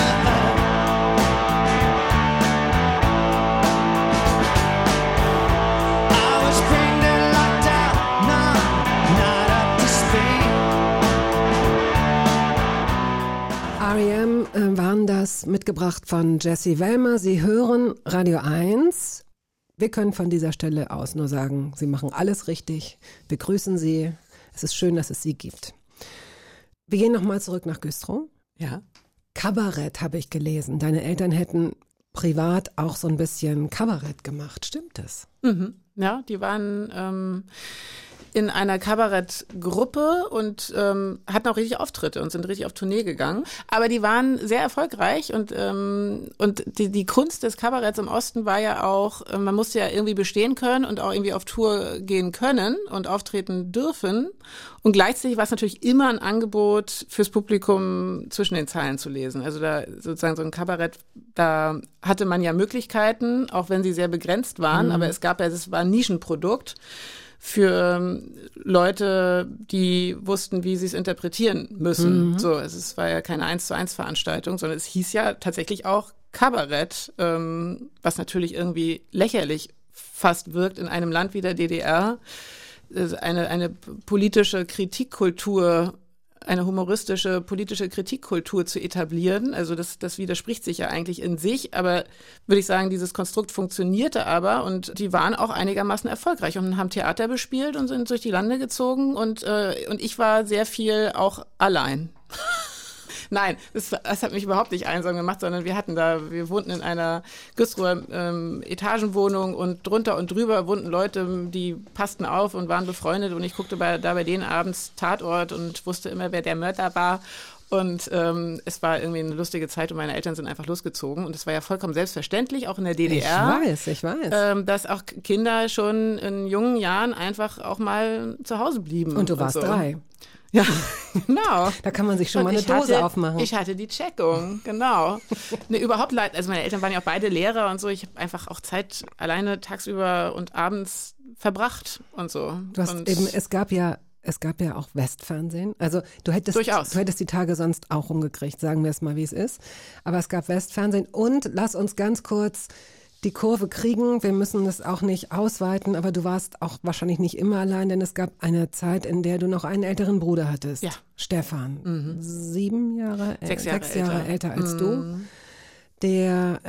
R.E.M. waren das, mitgebracht von Jessie Wellmer. Sie hören Radio 1. Wir können von dieser Stelle aus nur sagen, Sie machen alles richtig. Wir grüßen Sie. Es ist schön, dass es Sie gibt. Wir gehen nochmal zurück nach Güstrow. Ja. Kabarett habe ich gelesen. Deine Eltern hätten privat auch so ein bisschen Kabarett gemacht. Stimmt das? Mhm. Ja, die waren in einer Kabarettgruppe und hatten auch richtig Auftritte und sind richtig auf Tournee gegangen. Aber die waren sehr erfolgreich und die Kunst des Kabaretts im Osten war ja auch, man musste ja irgendwie bestehen können und auch irgendwie auf Tour gehen können und auftreten dürfen. Und gleichzeitig war es natürlich immer ein Angebot fürs Publikum, zwischen den Zeilen zu lesen. Also da sozusagen so ein Kabarett, da hatte man ja Möglichkeiten, auch wenn sie sehr begrenzt waren, aber es war ein Nischenprodukt für Leute, die wussten, wie sie es interpretieren müssen. So, es war ja keine 1:1 Veranstaltung, sondern es hieß ja tatsächlich auch Kabarett, was natürlich irgendwie lächerlich fast wirkt in einem Land wie der DDR. Eine politische Kritikkultur, eine humoristische politische Kritikkultur zu etablieren. Also das widerspricht sich ja eigentlich in sich, aber würde ich sagen, dieses Konstrukt funktionierte aber und die waren auch einigermaßen erfolgreich und haben Theater bespielt und sind durch die Lande gezogen und ich war sehr viel auch allein. Nein, das hat mich überhaupt nicht einsam gemacht, sondern wir wohnten in einer Güstrower Etagenwohnung und drunter und drüber wohnten Leute, die passten auf und waren befreundet und ich guckte bei denen abends Tatort und wusste immer, wer der Mörder war. Und es war irgendwie eine lustige Zeit und meine Eltern sind einfach losgezogen. Und es war ja vollkommen selbstverständlich, auch in der DDR. Ich weiß. Dass auch Kinder schon in jungen Jahren einfach auch mal zu Hause blieben. Und du warst 3. Ja, genau. Da kann man sich schon Und mal eine Dose aufmachen. Ich hatte die Checkung, genau. Nee, überhaupt leid. Also meine Eltern waren ja auch beide Lehrer und so. Ich habe einfach auch Zeit alleine tagsüber und abends verbracht und so. Es gab ja auch Westfernsehen. Also du hättest die Tage sonst auch rumgekriegt, sagen wir es mal, wie es ist. Aber es gab Westfernsehen und lass uns ganz kurz die Kurve kriegen. Wir müssen das auch nicht ausweiten, aber du warst auch wahrscheinlich nicht immer allein, denn es gab eine Zeit, in der du noch einen älteren Bruder hattest. Ja. Stefan. 6 Jahre älter als du. Der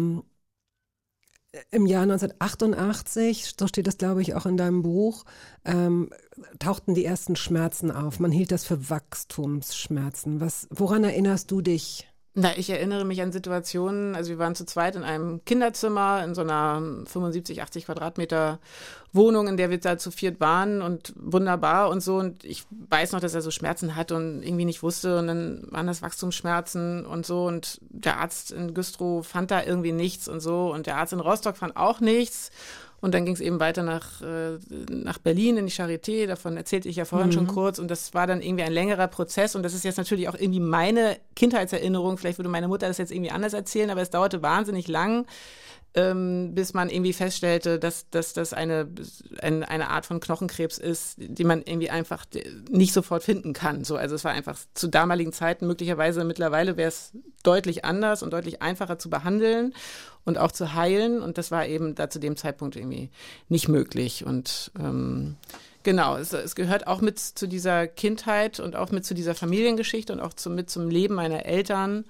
im Jahr 1988, so steht es, glaube ich, auch in deinem Buch, tauchten die ersten Schmerzen auf. Man hielt das für Wachstumsschmerzen. Woran erinnerst du dich? Na, ich erinnere mich an Situationen, also wir waren zu zweit in einem Kinderzimmer in so einer 75, 80 Quadratmeter Wohnung, in der wir da zu viert waren und wunderbar und so. Und ich weiß noch, dass er so Schmerzen hatte und irgendwie nicht wusste. Und dann waren das Wachstumsschmerzen und so. Und der Arzt in Güstrow fand da irgendwie nichts und so. Und der Arzt in Rostock fand auch nichts. Und dann ging es eben weiter nach Berlin in die Charité, davon erzählte ich ja vorhin schon kurz. Und das war dann irgendwie ein längerer Prozess. Und das ist jetzt natürlich auch irgendwie meine Kindheitserinnerung. Vielleicht würde meine Mutter das jetzt irgendwie anders erzählen, aber es dauerte wahnsinnig lang, bis man irgendwie feststellte, dass das eine Art von Knochenkrebs ist, die man irgendwie einfach nicht sofort finden kann. So, also es war einfach zu damaligen Zeiten möglicherweise, mittlerweile wäre es deutlich anders und deutlich einfacher zu behandeln und auch zu heilen. Und das war eben da zu dem Zeitpunkt irgendwie nicht möglich. Und genau, es gehört auch mit zu dieser Kindheit und auch mit zu dieser Familiengeschichte und auch mit zum Leben meiner Eltern.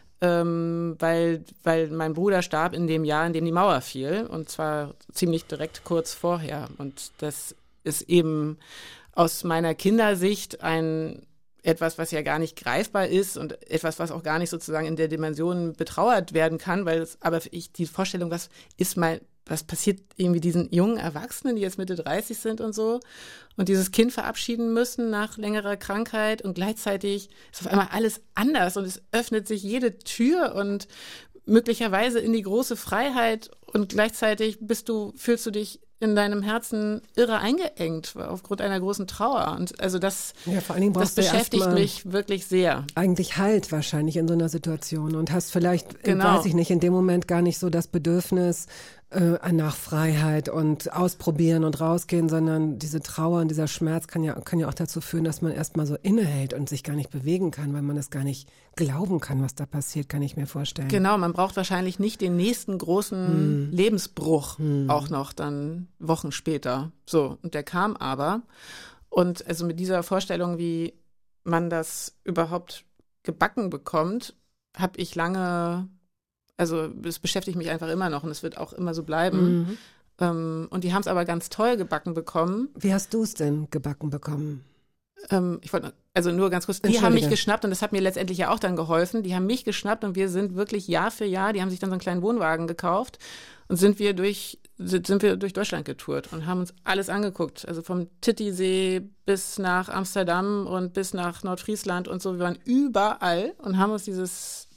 Weil mein Bruder starb in dem Jahr, in dem die Mauer fiel, und zwar ziemlich direkt kurz vorher. Und das ist eben aus meiner Kindersicht etwas, was ja gar nicht greifbar ist und etwas, was auch gar nicht sozusagen in der Dimension betrauert werden kann, die Vorstellung, was passiert irgendwie diesen jungen Erwachsenen, die jetzt Mitte 30 sind und so, und dieses Kind verabschieden müssen nach längerer Krankheit und gleichzeitig ist auf einmal alles anders und es öffnet sich jede Tür und möglicherweise in die große Freiheit und gleichzeitig fühlst du dich in deinem Herzen irre eingeengt aufgrund einer großen Trauer. Und also das beschäftigt mich wirklich sehr. Eigentlich Halt wahrscheinlich in so einer Situation und hast vielleicht, weiß ich nicht, in dem Moment gar nicht so das Bedürfnis nach Freiheit und ausprobieren und rausgehen, sondern diese Trauer und dieser Schmerz kann ja auch dazu führen, dass man erstmal so innehält und sich gar nicht bewegen kann, weil man es gar nicht glauben kann, was da passiert, kann ich mir vorstellen. Genau, man braucht wahrscheinlich nicht den nächsten großen Lebensbruch auch noch dann Wochen später. So, und der kam aber. Und also mit dieser Vorstellung, wie man das überhaupt gebacken bekommt, habe ich lange, also es beschäftigt mich einfach immer noch und es wird auch immer so bleiben. Und die haben es aber ganz toll gebacken bekommen. Wie hast du es denn gebacken bekommen? Ich wollte, also nur ganz kurz, die haben mich geschnappt und das hat mir letztendlich ja auch dann geholfen. Die haben mich geschnappt und wir sind wirklich Jahr für Jahr, die haben sich dann so einen kleinen Wohnwagen gekauft und sind wir durch Deutschland getourt und haben uns alles angeguckt. Also vom Titisee bis nach Amsterdam und bis nach Nordfriesland und so. Wir waren überall und haben uns dieses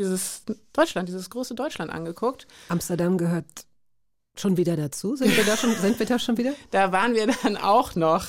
große Deutschland angeguckt. Amsterdam gehört schon wieder dazu? Sind wir da schon wieder? Da waren wir dann auch noch.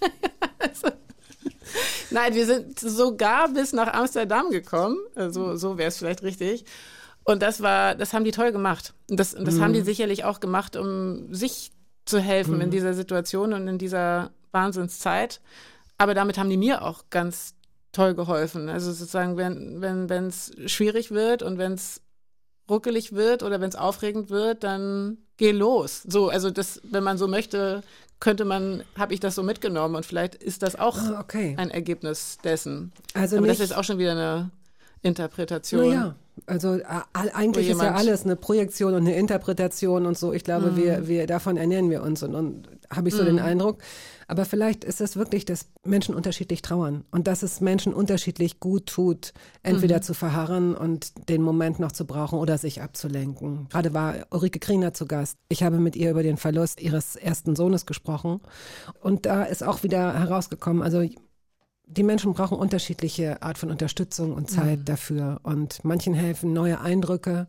Nein, wir sind sogar bis nach Amsterdam gekommen. So wäre es vielleicht richtig. Und das haben die toll gemacht. Und das haben die sicherlich auch gemacht, um sich zu helfen in dieser Situation und in dieser Wahnsinnszeit. Aber damit haben die mir auch ganz toll geholfen. Also sozusagen, wenn es schwierig wird und wenn es ruckelig wird oder wenn es aufregend wird, dann geh los. So, also das, wenn man so möchte, habe ich das so mitgenommen und vielleicht ist das auch ein Ergebnis dessen. Also aber das ist auch schon wieder eine Interpretation. Naja, also eigentlich ist ja alles eine Projektion und eine Interpretation und so. Ich glaube, wir davon ernähren wir uns und habe ich so den Eindruck. Aber vielleicht ist es wirklich, dass Menschen unterschiedlich trauern und dass es Menschen unterschiedlich gut tut, entweder zu verharren und den Moment noch zu brauchen oder sich abzulenken. Gerade war Ulrike Kriener zu Gast. Ich habe mit ihr über den Verlust ihres ersten Sohnes gesprochen und da ist auch wieder herausgekommen, also die Menschen brauchen unterschiedliche Art von Unterstützung und Zeit dafür und manchen helfen neue Eindrücke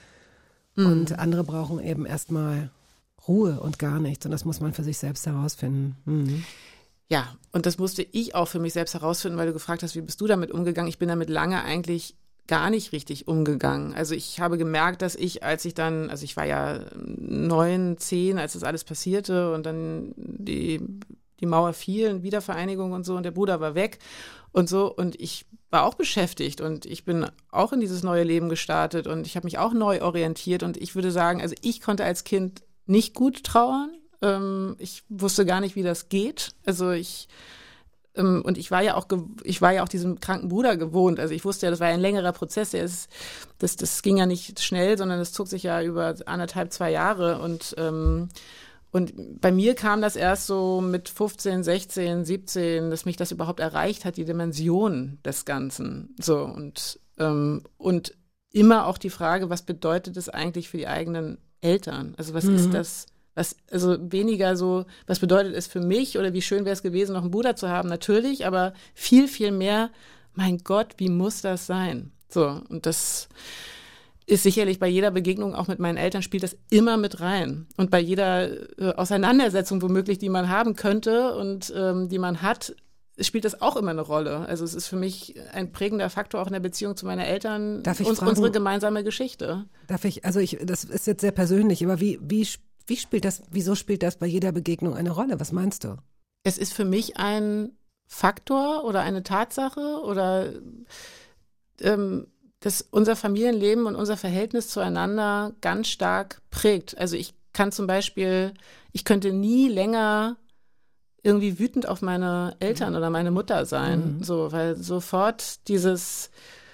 und andere brauchen eben erstmal Ruhe und gar nichts. Und das muss man für sich selbst herausfinden. Mhm. Ja, und das musste ich auch für mich selbst herausfinden, weil du gefragt hast, wie bist du damit umgegangen? Ich bin damit lange eigentlich gar nicht richtig umgegangen. Also ich habe gemerkt, dass ich war ja 9, 10, als das alles passierte und dann die Mauer fiel, Wiedervereinigung und so und der Bruder war weg und so und ich war auch beschäftigt und ich bin auch in dieses neue Leben gestartet und ich habe mich auch neu orientiert und ich würde sagen, also ich konnte als Kind nicht gut trauern. Ich wusste gar nicht, wie das geht. Also ich war ja auch diesem kranken Bruder gewohnt. Also ich wusste ja, das war ja ein längerer Prozess. Das ging ja nicht schnell, sondern das zog sich ja über 1,5, 2 Jahre. Und bei mir kam das erst so mit 15, 16, 17, dass mich das überhaupt erreicht hat, die Dimension des Ganzen. So und immer auch die Frage, was bedeutet es eigentlich für die eigenen Eltern? Also was ist das? Also weniger so, was bedeutet es für mich oder wie schön wäre es gewesen, noch einen Bruder zu haben? Natürlich, aber viel, viel mehr, mein Gott, wie muss das sein? So, und das ist sicherlich bei jeder Begegnung auch mit meinen Eltern spielt das immer mit rein. Und bei jeder Auseinandersetzung womöglich, die man haben könnte und die man hat, spielt das auch immer eine Rolle. Also es ist für mich ein prägender Faktor auch in der Beziehung zu meinen Eltern, unsere gemeinsame Geschichte. Das ist jetzt sehr persönlich, aber wieso spielt das bei jeder Begegnung eine Rolle? Was meinst du? Es ist für mich ein Faktor oder eine Tatsache oder das unser Familienleben und unser Verhältnis zueinander ganz stark prägt. Also ich könnte nie länger irgendwie wütend auf meine Eltern oder meine Mutter sein, so, weil sofort das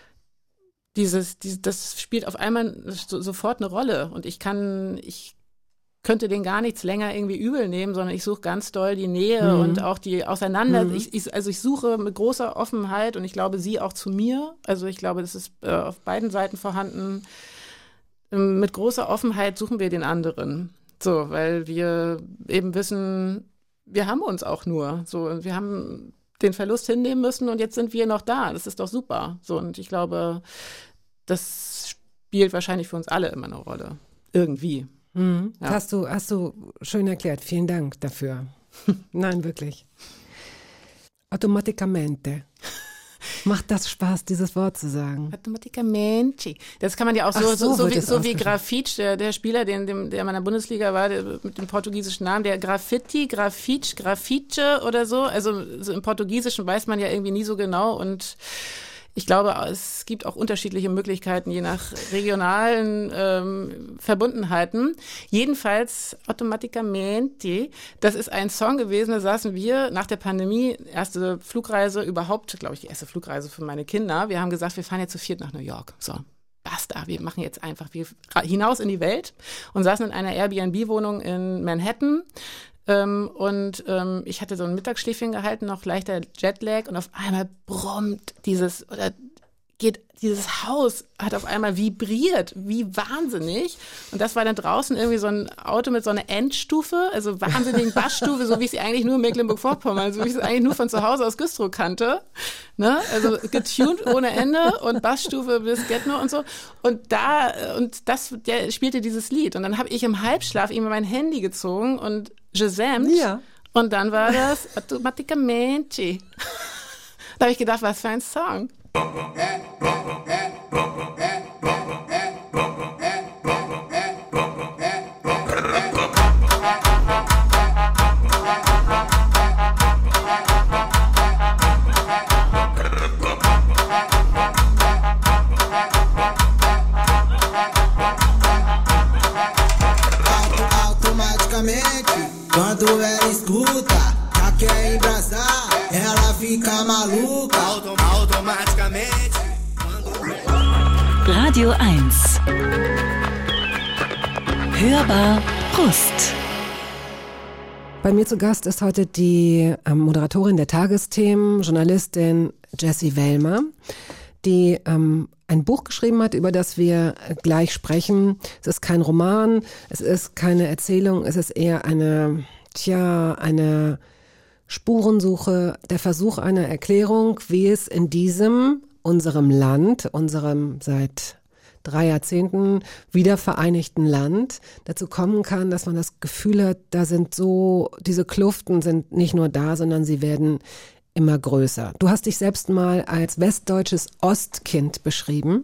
spielt auf einmal sofort eine Rolle und ich könnte denen gar nichts länger irgendwie übel nehmen, sondern ich suche ganz doll die Nähe und auch die ich suche mit großer Offenheit und ich glaube, sie auch zu mir. Also ich glaube, das ist auf beiden Seiten vorhanden. Mit großer Offenheit suchen wir den anderen. So, weil wir eben wissen, wir haben uns auch nur. So, wir haben den Verlust hinnehmen müssen und jetzt sind wir noch da. Das ist doch super. So, und ich glaube, das spielt wahrscheinlich für uns alle immer eine Rolle. Irgendwie. Ja. Hast du schön erklärt. Vielen Dank dafür. Nein, wirklich. Automaticamente. Macht das Spaß, dieses Wort zu sagen? Automaticamente. Das kann man ja auch so wie Grafitsch, der Spieler, der in meiner Bundesliga war, mit dem portugiesischen Namen, der Graffice oder so. Also so im Portugiesischen weiß man ja irgendwie nie so genau und ich glaube, es gibt auch unterschiedliche Möglichkeiten, je nach regionalen Verbundenheiten. Jedenfalls Automaticamente, das ist ein Song gewesen, da saßen wir nach der Pandemie, erste Flugreise überhaupt, glaube ich, die erste Flugreise für meine Kinder. Wir haben gesagt, wir fahren jetzt zu 4 nach New York. So, basta, wir machen jetzt einfach hinaus in die Welt und saßen in einer Airbnb-Wohnung in Manhattan. Ich hatte so ein Mittagsschläfchen gehalten, noch leichter Jetlag und auf einmal brummt dieses Haus, hat auf einmal vibriert, wie wahnsinnig. Und das war dann draußen irgendwie so ein Auto mit so einer Endstufe, also wahnsinnigen Bassstufe, so wie ich sie eigentlich nur in Mecklenburg-Vorpommern, so wie ich es eigentlich nur von zu Hause aus Güstrow kannte. Ne? Also getuned ohne Ende und Bassstufe bis Get-No und so. Der spielte dieses Lied. Und dann habe ich im Halbschlaf ihm mein Handy gezogen und gesamt. Ja. Und dann war das Automaticamente. Da habe ich gedacht, was für ein Song. Automaticamente, quando ela escuta, já quer embrasar, ela fica maluca. Automaticamente. Radio 1. Hörbar Brust. Bei mir zu Gast ist heute die Moderatorin der Tagesthemen, Journalistin Jessie Wellmer, die ein Buch geschrieben hat, über das wir gleich sprechen. Es ist kein Roman, es ist keine Erzählung, es ist eher eine Spurensuche, der Versuch einer Erklärung, wie es in unserem Land, unserem seit 3 Jahrzehnten wiedervereinigten Land dazu kommen kann, dass man das Gefühl hat, diese Kluften sind nicht nur da, sondern sie werden immer größer. Du hast dich selbst mal als westdeutsches Ostkind beschrieben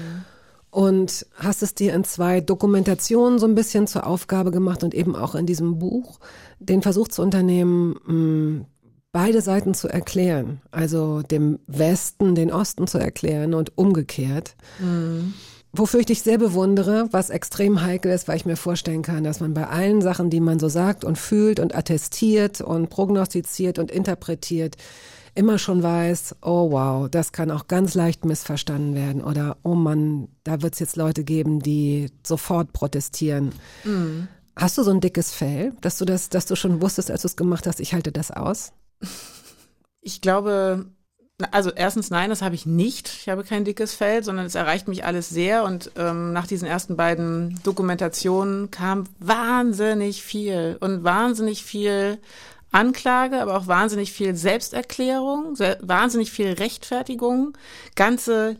und hast es dir in 2 Dokumentationen so ein bisschen zur Aufgabe gemacht und eben auch in diesem Buch den Versuch zu unternehmen, beide Seiten zu erklären, also dem Westen den Osten zu erklären und umgekehrt. Wofür ich dich sehr bewundere, was extrem heikel ist, weil ich mir vorstellen kann, dass man bei allen Sachen, die man so sagt und fühlt und attestiert und prognostiziert und interpretiert, immer schon weiß, oh wow, das kann auch ganz leicht missverstanden werden oder oh Mann, da wird es jetzt Leute geben, die sofort protestieren. Hast du so ein dickes Fell, dass du schon wusstest, als du es gemacht hast, ich halte das aus? Ich glaube, also erstens nein, das habe ich nicht. Ich habe kein dickes Fell, sondern es erreicht mich alles sehr. Und nach diesen ersten beiden Dokumentationen kam wahnsinnig viel und wahnsinnig viel Anklage, aber auch wahnsinnig viel Selbsterklärung, wahnsinnig viel Rechtfertigung, ganze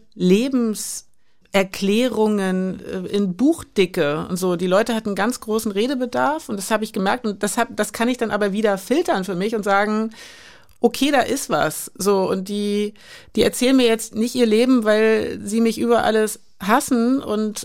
Lebenserklärungen in Buchdicke und so. Die Leute hatten ganz großen Redebedarf und das habe ich gemerkt und das kann ich dann aber wieder filtern für mich und sagen, okay, da ist was. So, und die erzählen mir jetzt nicht ihr Leben, weil sie mich über alles hassen und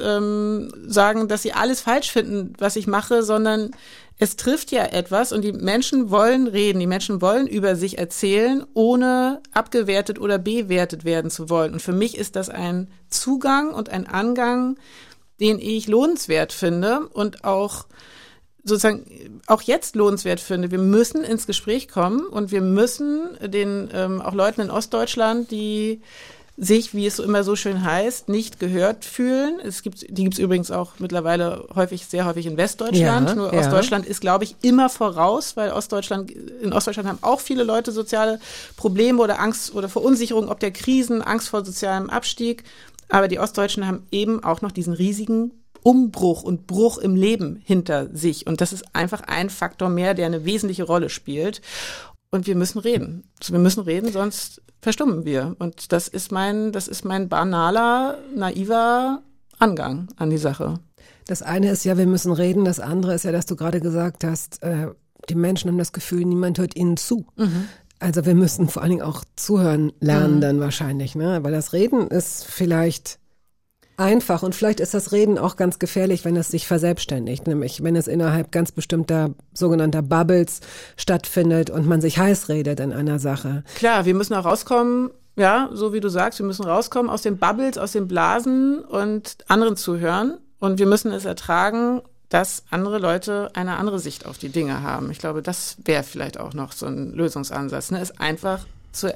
sagen, dass sie alles falsch finden, was ich mache, sondern es trifft ja etwas und die Menschen wollen reden, die Menschen wollen über sich erzählen, ohne abgewertet oder bewertet werden zu wollen. Und für mich ist das ein Zugang und ein Angang, den ich lohnenswert finde und auch sozusagen auch jetzt lohnenswert finde. Wir müssen ins Gespräch kommen und wir müssen den auch Leuten in Ostdeutschland, die sich, wie es so immer so schön heißt, nicht gehört fühlen. Die gibt's übrigens auch mittlerweile sehr häufig in Westdeutschland. Nur Ostdeutschland ist, glaube ich, immer voraus, weil in Ostdeutschland haben auch viele Leute soziale Probleme oder Angst oder Verunsicherung ob der Krisen, Angst vor sozialem Abstieg. Aber die Ostdeutschen haben eben auch noch diesen riesigen Umbruch und Bruch im Leben hinter sich. Und das ist einfach ein Faktor mehr, der eine wesentliche Rolle spielt. Und wir müssen reden. Wir müssen reden, sonst verstummen wir. Und das ist mein banaler, naiver Angang an die Sache. Das eine ist ja, wir müssen reden. Das andere ist ja, dass du gerade gesagt hast, die Menschen haben das Gefühl, niemand hört ihnen zu. Also wir müssen vor allen Dingen auch zuhören lernen dann wahrscheinlich, ne? Weil das Reden ist vielleicht einfach und vielleicht ist das Reden auch ganz gefährlich, wenn es sich verselbstständigt, nämlich wenn es innerhalb ganz bestimmter sogenannter Bubbles stattfindet und man sich heiß redet in einer Sache. Klar, wir müssen auch rauskommen, ja, so wie du sagst, wir müssen rauskommen aus den Bubbles, aus den Blasen und anderen zuhören und wir müssen es ertragen, dass andere Leute eine andere Sicht auf die Dinge haben. Ich glaube, das wäre vielleicht auch noch so ein Lösungsansatz, ne? Es einfach zu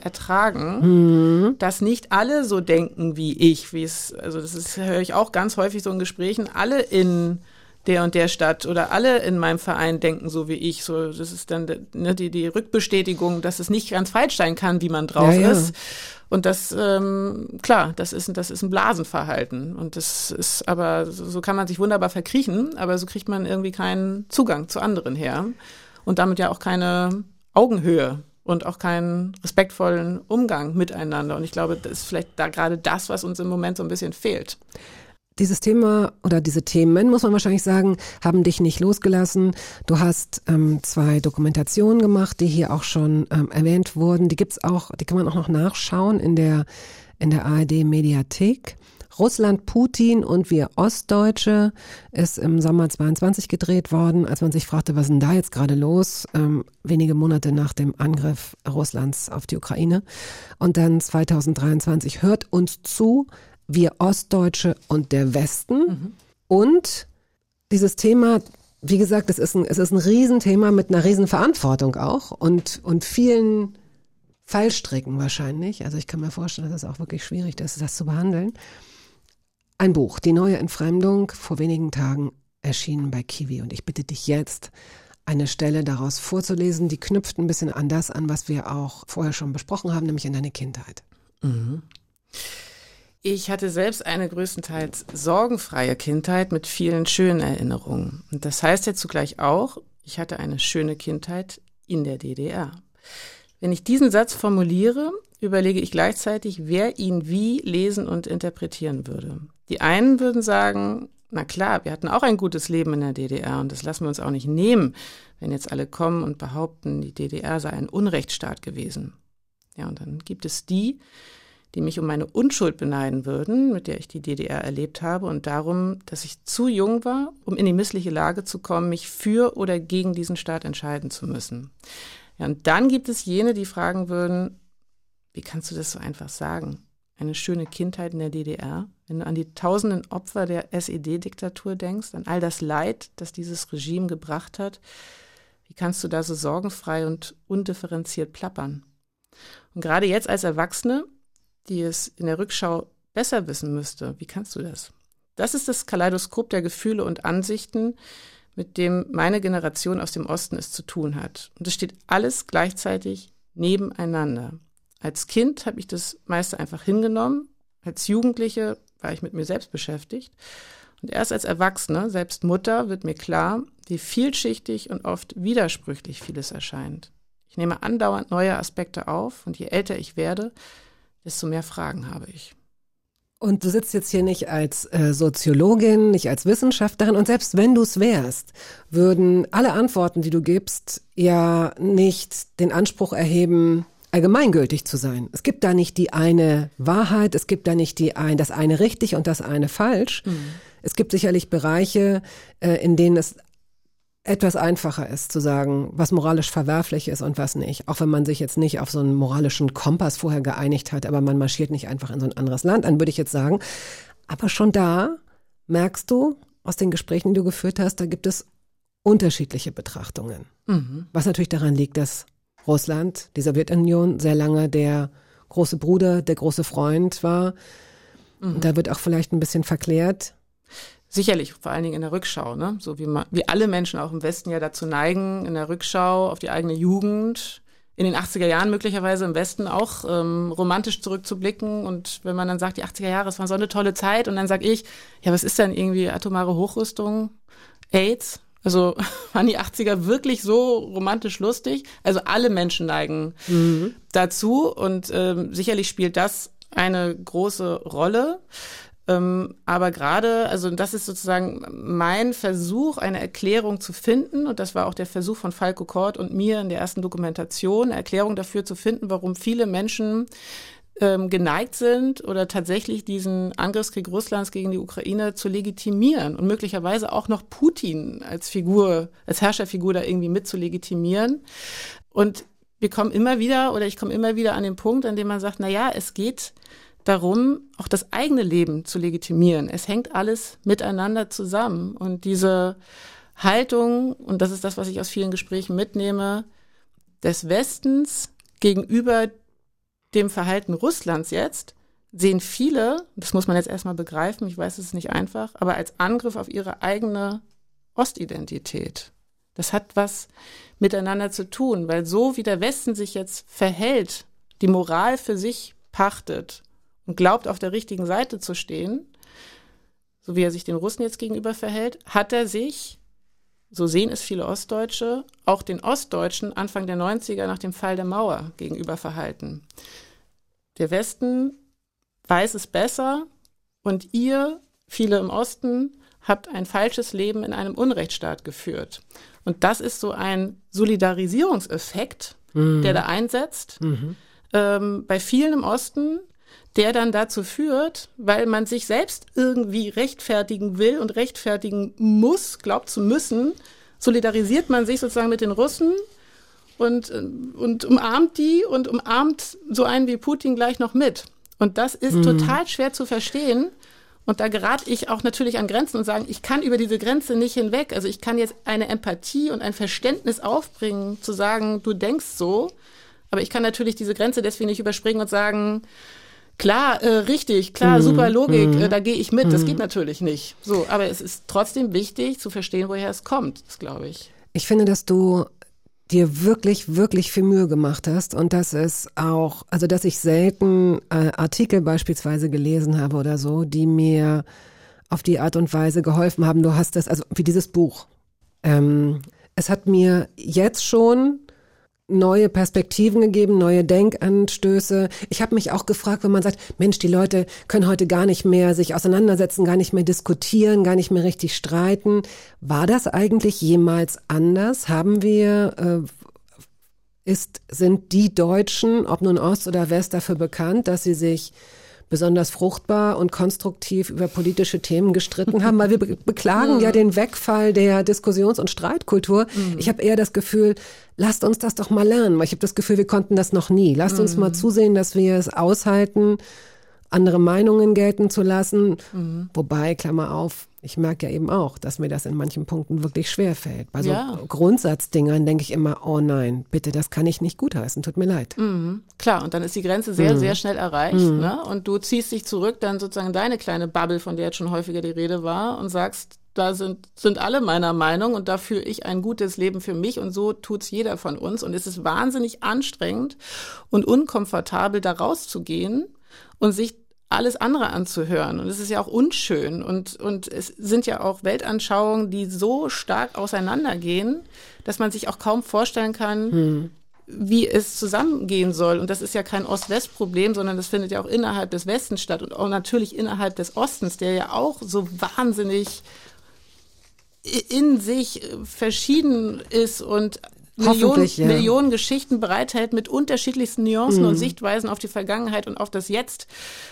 ertragen, dass nicht alle so denken wie ich, höre ich auch ganz häufig so in Gesprächen, alle in der und der Stadt oder alle in meinem Verein denken so wie ich. So, das ist dann die Rückbestätigung, dass es nicht ganz falsch sein kann, wie man drauf ist. Und das, klar, das ist ein Blasenverhalten. Und das ist aber, so kann man sich wunderbar verkriechen, aber so kriegt man irgendwie keinen Zugang zu anderen her. Und damit ja auch keine Augenhöhe. Und auch keinen respektvollen Umgang miteinander. Und ich glaube, das ist vielleicht da gerade das, was uns im Moment so ein bisschen fehlt. Dieses Thema oder diese Themen, muss man wahrscheinlich sagen, haben dich nicht losgelassen. Du hast 2 Dokumentationen gemacht, die hier auch schon erwähnt wurden. Die gibt's auch, die kann man auch noch nachschauen in der ARD-Mediathek. Russland, Putin und wir Ostdeutsche ist im Sommer 22 gedreht worden, als man sich fragte, was ist denn da jetzt gerade los? Wenige Monate nach dem Angriff Russlands auf die Ukraine. Und dann 2023 hört uns zu, wir Ostdeutsche und der Westen. Und dieses Thema, wie gesagt, es ist ein Riesenthema mit einer Riesenverantwortung auch und vielen Fallstricken wahrscheinlich. Also ich kann mir vorstellen, dass es auch wirklich schwierig ist, das zu behandeln. Ein Buch, Die neue Entfremdung, vor wenigen Tagen erschienen bei Kiwi. Und ich bitte dich jetzt, eine Stelle daraus vorzulesen, die knüpft ein bisschen an das an, was wir auch vorher schon besprochen haben, nämlich an deine Kindheit. Ich hatte selbst eine größtenteils sorgenfreie Kindheit mit vielen schönen Erinnerungen. Und das heißt ja zugleich auch, ich hatte eine schöne Kindheit in der DDR. Wenn ich diesen Satz formuliere, überlege ich gleichzeitig, wer ihn wie lesen und interpretieren würde. Die einen würden sagen, na klar, wir hatten auch ein gutes Leben in der DDR und das lassen wir uns auch nicht nehmen, wenn jetzt alle kommen und behaupten, die DDR sei ein Unrechtsstaat gewesen. Ja, und dann gibt es die mich um meine Unschuld beneiden würden, mit der ich die DDR erlebt habe und darum, dass ich zu jung war, um in die missliche Lage zu kommen, mich für oder gegen diesen Staat entscheiden zu müssen. Ja, und dann gibt es jene, die fragen würden, wie kannst du das so einfach sagen? Eine schöne Kindheit in der DDR? Wenn du an die tausenden Opfer der SED-Diktatur denkst, an all das Leid, das dieses Regime gebracht hat, wie kannst du da so sorgenfrei und undifferenziert plappern? Und gerade jetzt als Erwachsene, die es in der Rückschau besser wissen müsste, wie kannst du das? Das ist das Kaleidoskop der Gefühle und Ansichten, mit dem meine Generation aus dem Osten es zu tun hat. Und es steht alles gleichzeitig nebeneinander. Als Kind habe ich das meiste einfach hingenommen. Als Jugendliche war ich mit mir selbst beschäftigt. Und erst als Erwachsene, selbst Mutter, wird mir klar, wie vielschichtig und oft widersprüchlich vieles erscheint. Ich nehme andauernd neue Aspekte auf und je älter ich werde, desto mehr Fragen habe ich. Und du sitzt jetzt hier nicht als Soziologin, nicht als Wissenschaftlerin und selbst wenn du es wärst, würden alle Antworten, die du gibst, ja nicht den Anspruch erheben, allgemeingültig zu sein. Es gibt da nicht die eine Wahrheit, es gibt da nicht das eine richtig und das eine falsch. Es gibt sicherlich Bereiche, in denen es etwas einfacher ist zu sagen, was moralisch verwerflich ist und was nicht. Auch wenn man sich jetzt nicht auf so einen moralischen Kompass vorher geeinigt hat, aber man marschiert nicht einfach in so ein anderes Land, dann würde ich jetzt sagen. Aber schon da merkst du aus den Gesprächen, die du geführt hast, da gibt es unterschiedliche Betrachtungen. Was natürlich daran liegt, dass Russland, die Sowjetunion, sehr lange der große Bruder, der große Freund war. Und da wird auch vielleicht ein bisschen verklärt. Sicherlich, vor allen Dingen in der Rückschau, ne? So wie alle Menschen auch im Westen ja dazu neigen, in der Rückschau auf die eigene Jugend, in den 80er Jahren möglicherweise im Westen auch romantisch zurückzublicken. Und wenn man dann sagt, die 80er Jahre, es war so eine tolle Zeit, und dann sage ich, ja, was ist denn irgendwie atomare Hochrüstung, AIDS? Also waren die 80er wirklich so romantisch lustig? Also alle Menschen neigen dazu und sicherlich spielt das eine große Rolle. Aber gerade, also das ist sozusagen mein Versuch, eine Erklärung zu finden, und das war auch der Versuch von Falko Kort und mir in der ersten Dokumentation, eine Erklärung dafür zu finden, warum viele Menschen geneigt sind oder tatsächlich diesen Angriffskrieg Russlands gegen die Ukraine zu legitimieren und möglicherweise auch noch Putin als Figur, als Herrscherfigur da irgendwie mit zu legitimieren. Und ich komme immer wieder an den Punkt, an dem man sagt, na ja, es geht darum, auch das eigene Leben zu legitimieren. Es hängt alles miteinander zusammen. Und diese Haltung, und das ist das, was ich aus vielen Gesprächen mitnehme, des Westens gegenüber dem Verhalten Russlands jetzt, sehen viele, das muss man jetzt erstmal begreifen, ich weiß, es ist nicht einfach, aber als Angriff auf ihre eigene Ostidentität. Das hat was miteinander zu tun, weil so wie der Westen sich jetzt verhält, die Moral für sich pachtet und glaubt, auf der richtigen Seite zu stehen, so wie er sich den Russen jetzt gegenüber verhält, hat er sich, so sehen es viele Ostdeutsche, auch den Ostdeutschen Anfang der 90er nach dem Fall der Mauer gegenüber verhalten. Der Westen weiß es besser und ihr, viele im Osten, habt ein falsches Leben in einem Unrechtsstaat geführt. Und das ist so ein Solidarisierungseffekt, der da einsetzt, bei vielen im Osten, der dann dazu führt, weil man sich selbst irgendwie rechtfertigen will und rechtfertigen muss, glaubt zu müssen, solidarisiert man sich sozusagen mit den Russen und umarmt die und umarmt so einen wie Putin gleich noch mit. Und das ist total schwer zu verstehen. Und da gerate ich auch natürlich an Grenzen und sagen, ich kann über diese Grenze nicht hinweg. Also ich kann jetzt eine Empathie und ein Verständnis aufbringen, zu sagen, du denkst so. Aber ich kann natürlich diese Grenze deswegen nicht überspringen und sagen, klar, richtig, klar, super Logik, da gehe ich mit. Das geht natürlich nicht. So, aber es ist trotzdem wichtig zu verstehen, woher es kommt, das glaube ich. Ich finde, dass du dir wirklich, wirklich viel Mühe gemacht hast und dass es auch, also dass ich selten Artikel beispielsweise gelesen habe oder so, die mir auf die Art und Weise geholfen haben. Du hast das, also wie dieses Buch. Es hat mir jetzt schon neue Perspektiven gegeben, neue Denkanstöße. Ich habe mich auch gefragt, wenn man sagt, Mensch, die Leute können heute gar nicht mehr sich auseinandersetzen, gar nicht mehr diskutieren, gar nicht mehr richtig streiten. War das eigentlich jemals anders? Sind die Deutschen, ob nun Ost oder West, dafür bekannt, dass sie sich besonders fruchtbar und konstruktiv über politische Themen gestritten haben, weil wir beklagen ja den Wegfall der Diskussions- und Streitkultur. Ich habe eher das Gefühl, lasst uns das doch mal lernen, weil ich habe das Gefühl, wir konnten das noch nie. Lasst uns mal zusehen, dass wir es aushalten, andere Meinungen gelten zu lassen. Wobei, Klammer auf, ich merke ja eben auch, dass mir das in manchen Punkten wirklich schwer fällt. Bei so Grundsatzdingern denke ich immer, oh nein, bitte, das kann ich nicht gutheißen, tut mir leid. Klar, und dann ist die Grenze sehr, sehr schnell erreicht. Ne? Und du ziehst dich zurück, dann sozusagen in deine kleine Bubble, von der jetzt schon häufiger die Rede war, und sagst, da sind alle meiner Meinung und da führe ich ein gutes Leben für mich und so tut's jeder von uns. Und es ist wahnsinnig anstrengend und unkomfortabel, da rauszugehen und sich alles andere anzuhören. Und es ist ja auch unschön. Und es sind ja auch Weltanschauungen, die so stark auseinandergehen, dass man sich auch kaum vorstellen kann, wie es zusammengehen soll. Und das ist ja kein Ost-West-Problem, sondern das findet ja auch innerhalb des Westens statt und auch natürlich innerhalb des Ostens, der ja auch so wahnsinnig in sich verschieden ist und Millionen Geschichten bereithält mit unterschiedlichsten Nuancen und Sichtweisen auf die Vergangenheit und auf das Jetzt.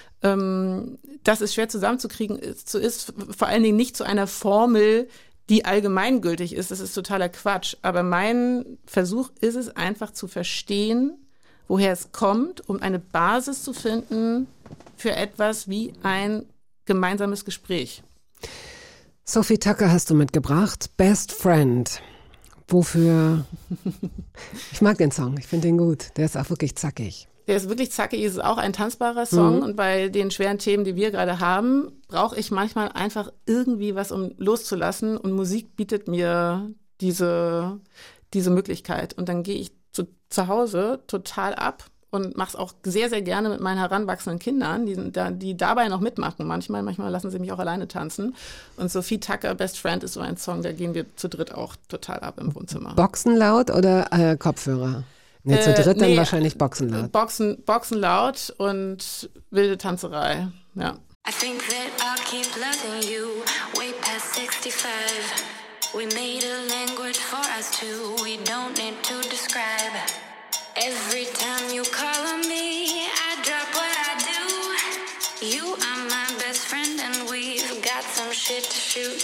Das ist schwer zusammenzukriegen, ist vor allen Dingen nicht zu einer Formel, die allgemeingültig ist. Das ist totaler Quatsch. Aber mein Versuch ist es einfach zu verstehen, woher es kommt, um eine Basis zu finden für etwas wie ein gemeinsames Gespräch. Sophie Tucker hast du mitgebracht, Best Friend. Wofür? Ich mag den Song, ich finde den gut. Der ist auch wirklich zackig. Der ist wirklich zackig, es ist auch ein tanzbarer Song und bei den schweren Themen, die wir gerade haben, brauche ich manchmal einfach irgendwie was, um loszulassen und Musik bietet mir diese Möglichkeit und dann gehe ich zu Hause total ab und mache es auch sehr, sehr gerne mit meinen heranwachsenden Kindern, die dabei noch mitmachen manchmal lassen sie mich auch alleine tanzen und Sophie Tucker, Best Friend ist so ein Song, da gehen wir zu dritt auch total ab im Wohnzimmer. Boxenlaut oder Kopfhörer? Nee, zu dritt dann wahrscheinlich Boxenlaut. Boxen laut und wilde Tanzerei, ja. I think that I'll keep loving you way past 65. We made a language for us two, we don't need to describe. Every time you call on me, I drop what I do. You are my best friend and we've got some shit to shoot.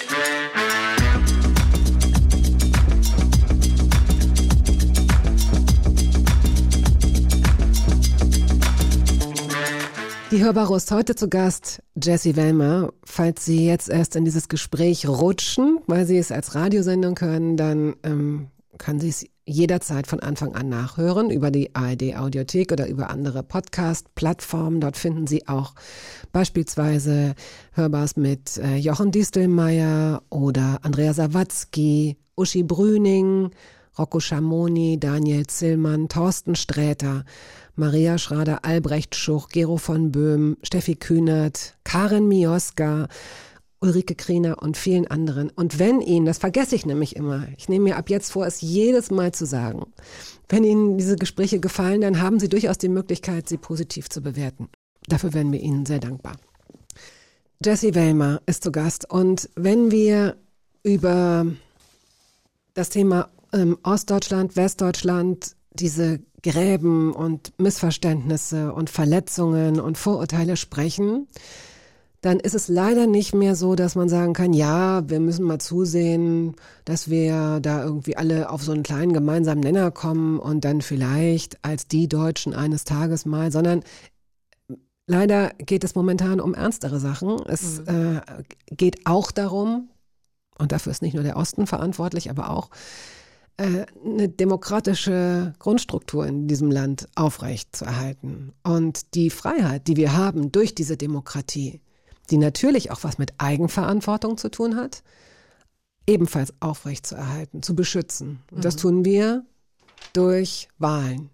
Die Hörbarust heute zu Gast Jessie Wellmer. Falls Sie jetzt erst in dieses Gespräch rutschen, weil Sie es als Radiosendung hören, dann können Sie es jederzeit von Anfang an nachhören über die ARD-Audiothek oder über andere Podcast-Plattformen. Dort finden Sie auch beispielsweise Hörbars mit Jochen Distelmeier oder Andrea Sawatzki, Uschi Brüning, Rocco Schamoni, Daniel Zillmann, Thorsten Sträter, Maria Schrader-Albrecht-Schuch, Gero von Böhm, Steffi Kühnert, Karen Mioska, Ulrike Kriener und vielen anderen. Und wenn Ihnen, das vergesse ich nämlich immer, ich nehme mir ab jetzt vor, es jedes Mal zu sagen, wenn Ihnen diese Gespräche gefallen, dann haben Sie durchaus die Möglichkeit, sie positiv zu bewerten. Dafür wären wir Ihnen sehr dankbar. Jessie Wellmer ist zu Gast und wenn wir über das Thema Ostdeutschland, Westdeutschland, diese Gräben und Missverständnisse und Verletzungen und Vorurteile sprechen, dann ist es leider nicht mehr so, dass man sagen kann, ja, wir müssen mal zusehen, dass wir da irgendwie alle auf so einen kleinen gemeinsamen Nenner kommen und dann vielleicht als die Deutschen eines Tages mal, sondern leider geht es momentan um ernstere Sachen. Es geht auch darum, und dafür ist nicht nur der Osten verantwortlich, aber auch eine demokratische Grundstruktur in diesem Land aufrecht zu erhalten. Und die Freiheit, die wir haben durch diese Demokratie, die natürlich auch was mit Eigenverantwortung zu tun hat, ebenfalls aufrechtzuerhalten, zu beschützen. Und das tun wir durch Wahlen.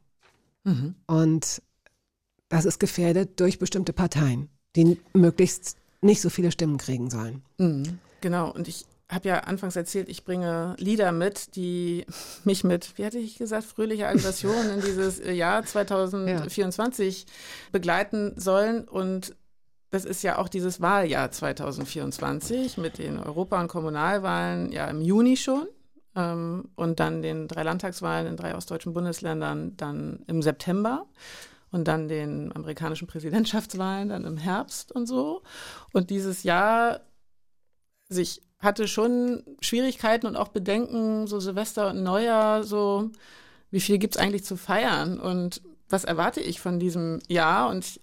Und das ist gefährdet durch bestimmte Parteien, die möglichst nicht so viele Stimmen kriegen sollen. Genau, und ich habe ja anfangs erzählt, ich bringe Lieder mit, die mich mit, wie hatte ich gesagt, fröhlicher Aggression in dieses Jahr 2024 begleiten sollen. Und das ist ja auch dieses Wahljahr 2024 mit den Europa- und Kommunalwahlen ja im Juni schon und dann den 3 Landtagswahlen in 3 ostdeutschen Bundesländern dann im September und dann den amerikanischen Präsidentschaftswahlen dann im Herbst und so. Und dieses Jahr hatte schon Schwierigkeiten und auch Bedenken, so Silvester und Neujahr, so wie viel gibt's eigentlich zu feiern und was erwarte ich von diesem Jahr? Und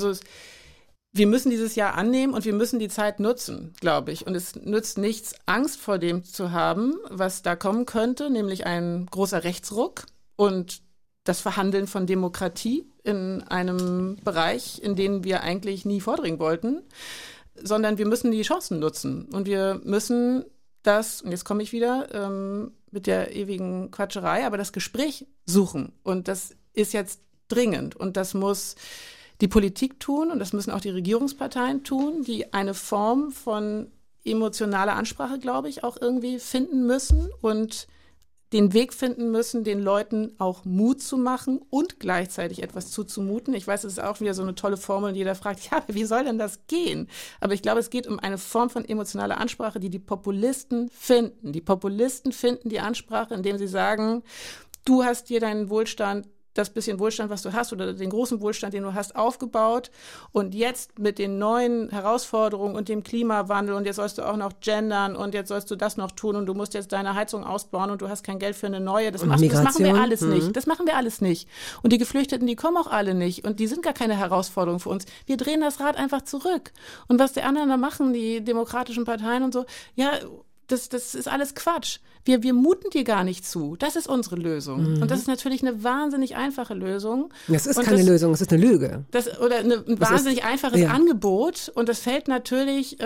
wir müssen dieses Jahr annehmen und wir müssen die Zeit nutzen, glaube ich. Und es nützt nichts, Angst vor dem zu haben, was da kommen könnte, nämlich ein großer Rechtsruck und das Verhandeln von Demokratie in einem Bereich, in den wir eigentlich nie vordringen wollten, sondern wir müssen die Chancen nutzen. Und wir müssen das, und jetzt komme ich wieder mit der ewigen Quatscherei, aber das Gespräch suchen. Und das ist jetzt dringend. Und das muss die Politik tun und das müssen auch die Regierungsparteien tun, die eine Form von emotionaler Ansprache, glaube ich, auch irgendwie finden müssen und den Weg finden müssen, den Leuten auch Mut zu machen und gleichzeitig etwas zuzumuten. Ich weiß, es ist auch wieder so eine tolle Formel und jeder fragt, ja, wie soll denn das gehen? Aber ich glaube, es geht um eine Form von emotionaler Ansprache, die Populisten finden. Die Populisten finden die Ansprache, indem sie sagen, du hast dir deinen Wohlstand, das bisschen Wohlstand, was du hast oder den großen Wohlstand, den du hast, aufgebaut und jetzt mit den neuen Herausforderungen und dem Klimawandel und jetzt sollst du auch noch gendern und jetzt sollst du das noch tun und du musst jetzt deine Heizung ausbauen und du hast kein Geld für eine neue. Das machen wir alles nicht. Das machen wir alles nicht. Und die Geflüchteten, die kommen auch alle nicht und die sind gar keine Herausforderung für uns. Wir drehen das Rad einfach zurück. Und was die anderen da machen, die demokratischen Parteien und so, ja, das ist alles Quatsch. Wir muten dir gar nicht zu. Das ist unsere Lösung. Und das ist natürlich eine wahnsinnig einfache Lösung. Das ist keine Lösung, es ist eine Lüge. Oder ein wahnsinnig einfaches Angebot. Und das fällt natürlich,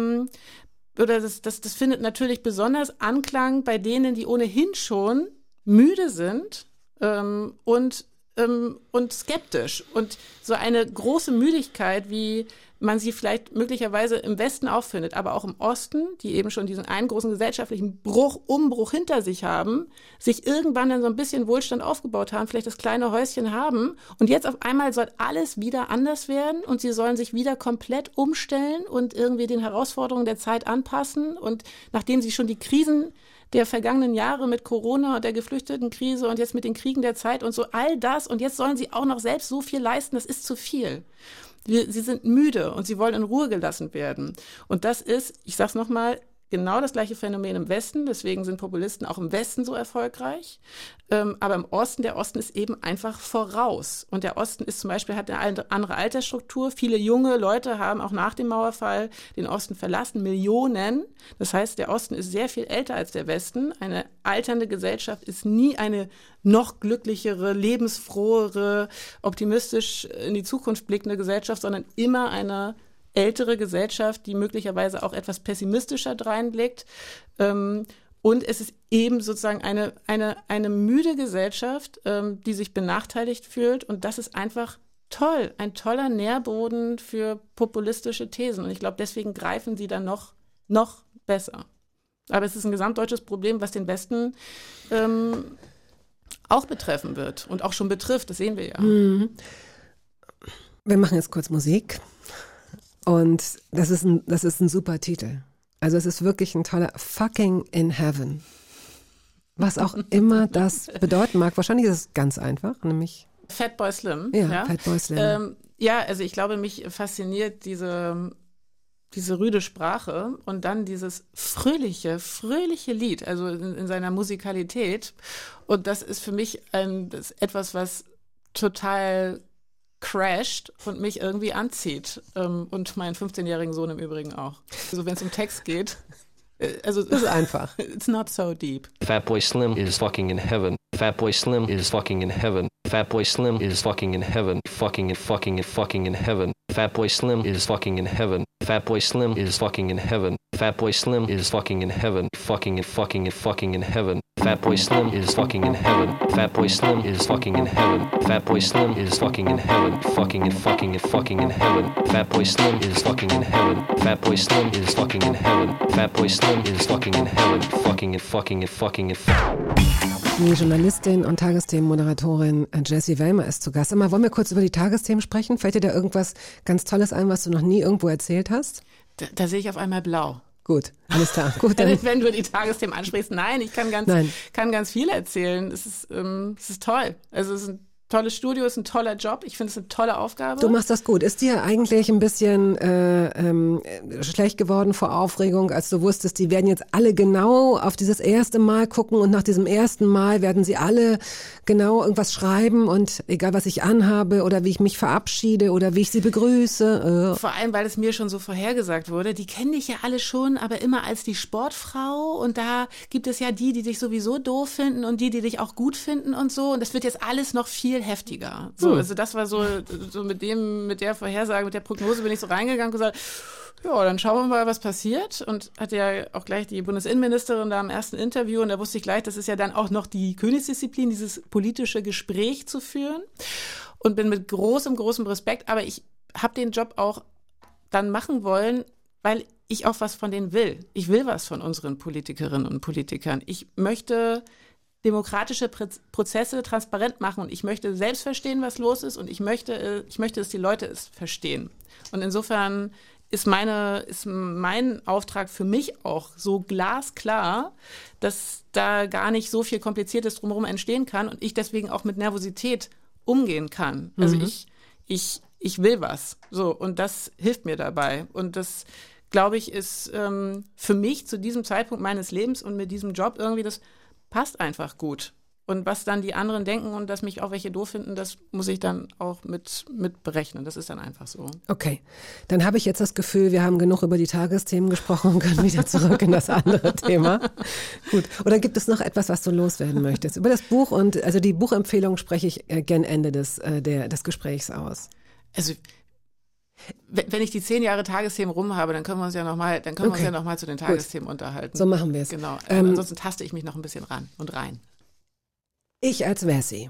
das findet natürlich besonders Anklang bei denen, die ohnehin schon müde sind und skeptisch. Und so eine große Müdigkeit, wie man sie vielleicht möglicherweise im Westen auch findet, aber auch im Osten, die eben schon diesen einen großen gesellschaftlichen Umbruch hinter sich haben, sich irgendwann dann so ein bisschen Wohlstand aufgebaut haben, vielleicht das kleine Häuschen haben und jetzt auf einmal soll alles wieder anders werden und sie sollen sich wieder komplett umstellen und irgendwie den Herausforderungen der Zeit anpassen und nachdem sie schon die Krisen der vergangenen Jahre mit Corona und der Geflüchtetenkrise und jetzt mit den Kriegen der Zeit und so all das und jetzt sollen sie auch noch selbst so viel leisten, das ist zu viel. Sie sind müde und sie wollen in Ruhe gelassen werden. Und das ist, ich sag's nochmal, genau das gleiche Phänomen im Westen. Deswegen sind Populisten auch im Westen so erfolgreich. Aber im Osten, der Osten ist eben einfach voraus. Und der Osten ist zum Beispiel, hat eine andere Altersstruktur. Viele junge Leute haben auch nach dem Mauerfall den Osten verlassen, Millionen. Das heißt, der Osten ist sehr viel älter als der Westen. Eine alternde Gesellschaft ist nie eine noch glücklichere, lebensfrohere, optimistisch in die Zukunft blickende Gesellschaft, sondern immer eine ältere Gesellschaft, die möglicherweise auch etwas pessimistischer dreinblickt. Und es ist eben sozusagen eine müde Gesellschaft, die sich benachteiligt fühlt. Und das ist einfach toll, ein toller Nährboden für populistische Thesen. Und ich glaube, deswegen greifen sie dann noch besser. Aber es ist ein gesamtdeutsches Problem, was den Westen auch betreffen wird und auch schon betrifft. Das sehen wir ja. Wir machen jetzt kurz Musik. Und das ist ein super Titel. Also es ist wirklich ein toller Fucking in Heaven. Was auch immer das bedeuten mag. Wahrscheinlich ist es ganz einfach, nämlich Fatboy Slim. Ja, Fatboy Slim. Also ich glaube, mich fasziniert diese rüde Sprache und dann dieses fröhliche Lied, also in seiner Musikalität. Und das ist für mich das ist etwas, was total crasht und mich irgendwie anzieht. Und meinen 15-jährigen Sohn im Übrigen auch. Also wenn es um Text geht. Also das ist einfach. It's not so deep. Fatboy Slim is fucking in heaven. Fatboy Slim is fucking in heaven. Fatboy Slim is fucking in heaven. Fucking in heaven. Fatboy Slim is fucking in heaven. Fatboy Slim is fucking in heaven. Fatboy Slim is fucking in heaven. Fucking in heaven. Fatboy Slim is fucking in heaven. Fatboy Slim is fucking in heaven. Fatboy Slim is fucking in heaven. Fucking in heaven. Fatboy Slim is fucking in heaven. Fatboy Slim is fucking in heaven. Fatboy Slim is fucking in heaven. Fucking in. Die Journalistin und Tagesthemenmoderatorin Jessie Wellmer ist zu Gast. Immer, wollen wir kurz über die Tagesthemen sprechen? Fällt dir da irgendwas ganz Tolles ein, was du noch nie irgendwo erzählt hast? Da sehe ich auf einmal blau. Gut, alles klar. Gut, dann. Wenn du die Tagesthemen ansprichst, nein, ich kann ganz viel erzählen. Es ist toll. Also es ist ein tolles Studio, ist ein toller Job. Ich finde es eine tolle Aufgabe. Du machst das gut. Ist dir eigentlich ein bisschen schlecht geworden vor Aufregung, als du wusstest, die werden jetzt alle genau auf dieses erste Mal gucken und nach diesem ersten Mal werden sie alle genau irgendwas schreiben und egal, was ich anhabe oder wie ich mich verabschiede oder wie ich sie begrüße. Vor allem, weil es mir schon so vorhergesagt wurde. Die kennen dich ja alle schon, aber immer als die Sportfrau und da gibt es ja die dich sowieso doof finden und die dich auch gut finden und so und das wird jetzt alles noch viel heftiger. So, also das war so mit der Vorhersage, mit der Prognose bin ich so reingegangen und gesagt, ja, dann schauen wir mal, was passiert. Und hatte ja auch gleich die Bundesinnenministerin da im ersten Interview und da wusste ich gleich, das ist ja dann auch noch die Königsdisziplin, dieses politische Gespräch zu führen. Und bin mit großem Respekt, aber ich habe den Job auch dann machen wollen, weil ich auch was von denen will. Ich will was von unseren Politikerinnen und Politikern. Ich möchte demokratische Prozesse transparent machen und ich möchte selbst verstehen, was los ist und ich möchte, dass die Leute es verstehen. Und insofern ist mein Auftrag für mich auch so glasklar, dass da gar nicht so viel Kompliziertes drumherum entstehen kann und ich deswegen auch mit Nervosität umgehen kann. Also ich will was. So, und das hilft mir dabei. Und das, glaube ich, ist für mich zu diesem Zeitpunkt meines Lebens und mit diesem Job irgendwie das passt einfach gut. Und was dann die anderen denken und dass mich auch welche doof finden, das muss ich dann auch mit berechnen. Das ist dann einfach so. Okay, dann habe ich jetzt das Gefühl, wir haben genug über die Tagesthemen gesprochen und können wieder zurück in das andere Thema. Gut, oder gibt es noch etwas, was du loswerden möchtest? Über das Buch und also die Buchempfehlung spreche ich gern Ende des Gesprächs aus. Also wenn ich die 10 Jahre Tagesthemen rum habe, dann können wir uns ja nochmal zu den Tagesthemen unterhalten. So machen wir es. Genau. Ansonsten taste ich mich noch ein bisschen ran und rein. Ich als Wessi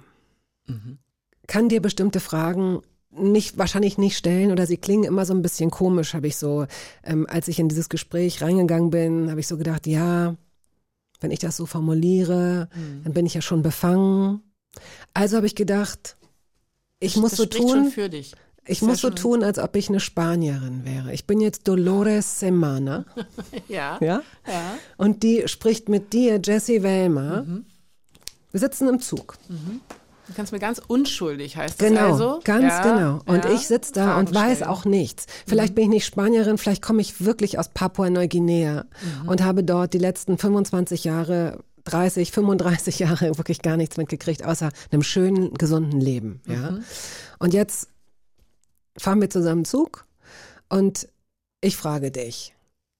kann dir bestimmte Fragen wahrscheinlich nicht stellen oder sie klingen immer so ein bisschen komisch, habe ich so, als ich in dieses Gespräch reingegangen bin, habe ich so gedacht, ja, wenn ich das so formuliere, dann bin ich ja schon befangen. Also habe ich gedacht, ich muss so tun. Schon für dich. Ich muss so tun, als ob ich eine Spanierin wäre. Ich bin jetzt Dolores Semana. Ja. Und die spricht mit dir, Jessie Wellmer. Wir sitzen im Zug. Du kannst mir ganz unschuldig, heißt das genau, also? Ganz genau. Und ja. ich sitze da Fragen und weiß stellen. auch nichts. Vielleicht bin ich nicht Spanierin, vielleicht komme ich wirklich aus Papua-Neuguinea und habe dort die letzten 25 Jahre 30, 35 Jahre wirklich gar nichts mitgekriegt, außer einem schönen, gesunden Leben. Ja? Und jetzt fahren wir zusammen Zug und ich frage dich,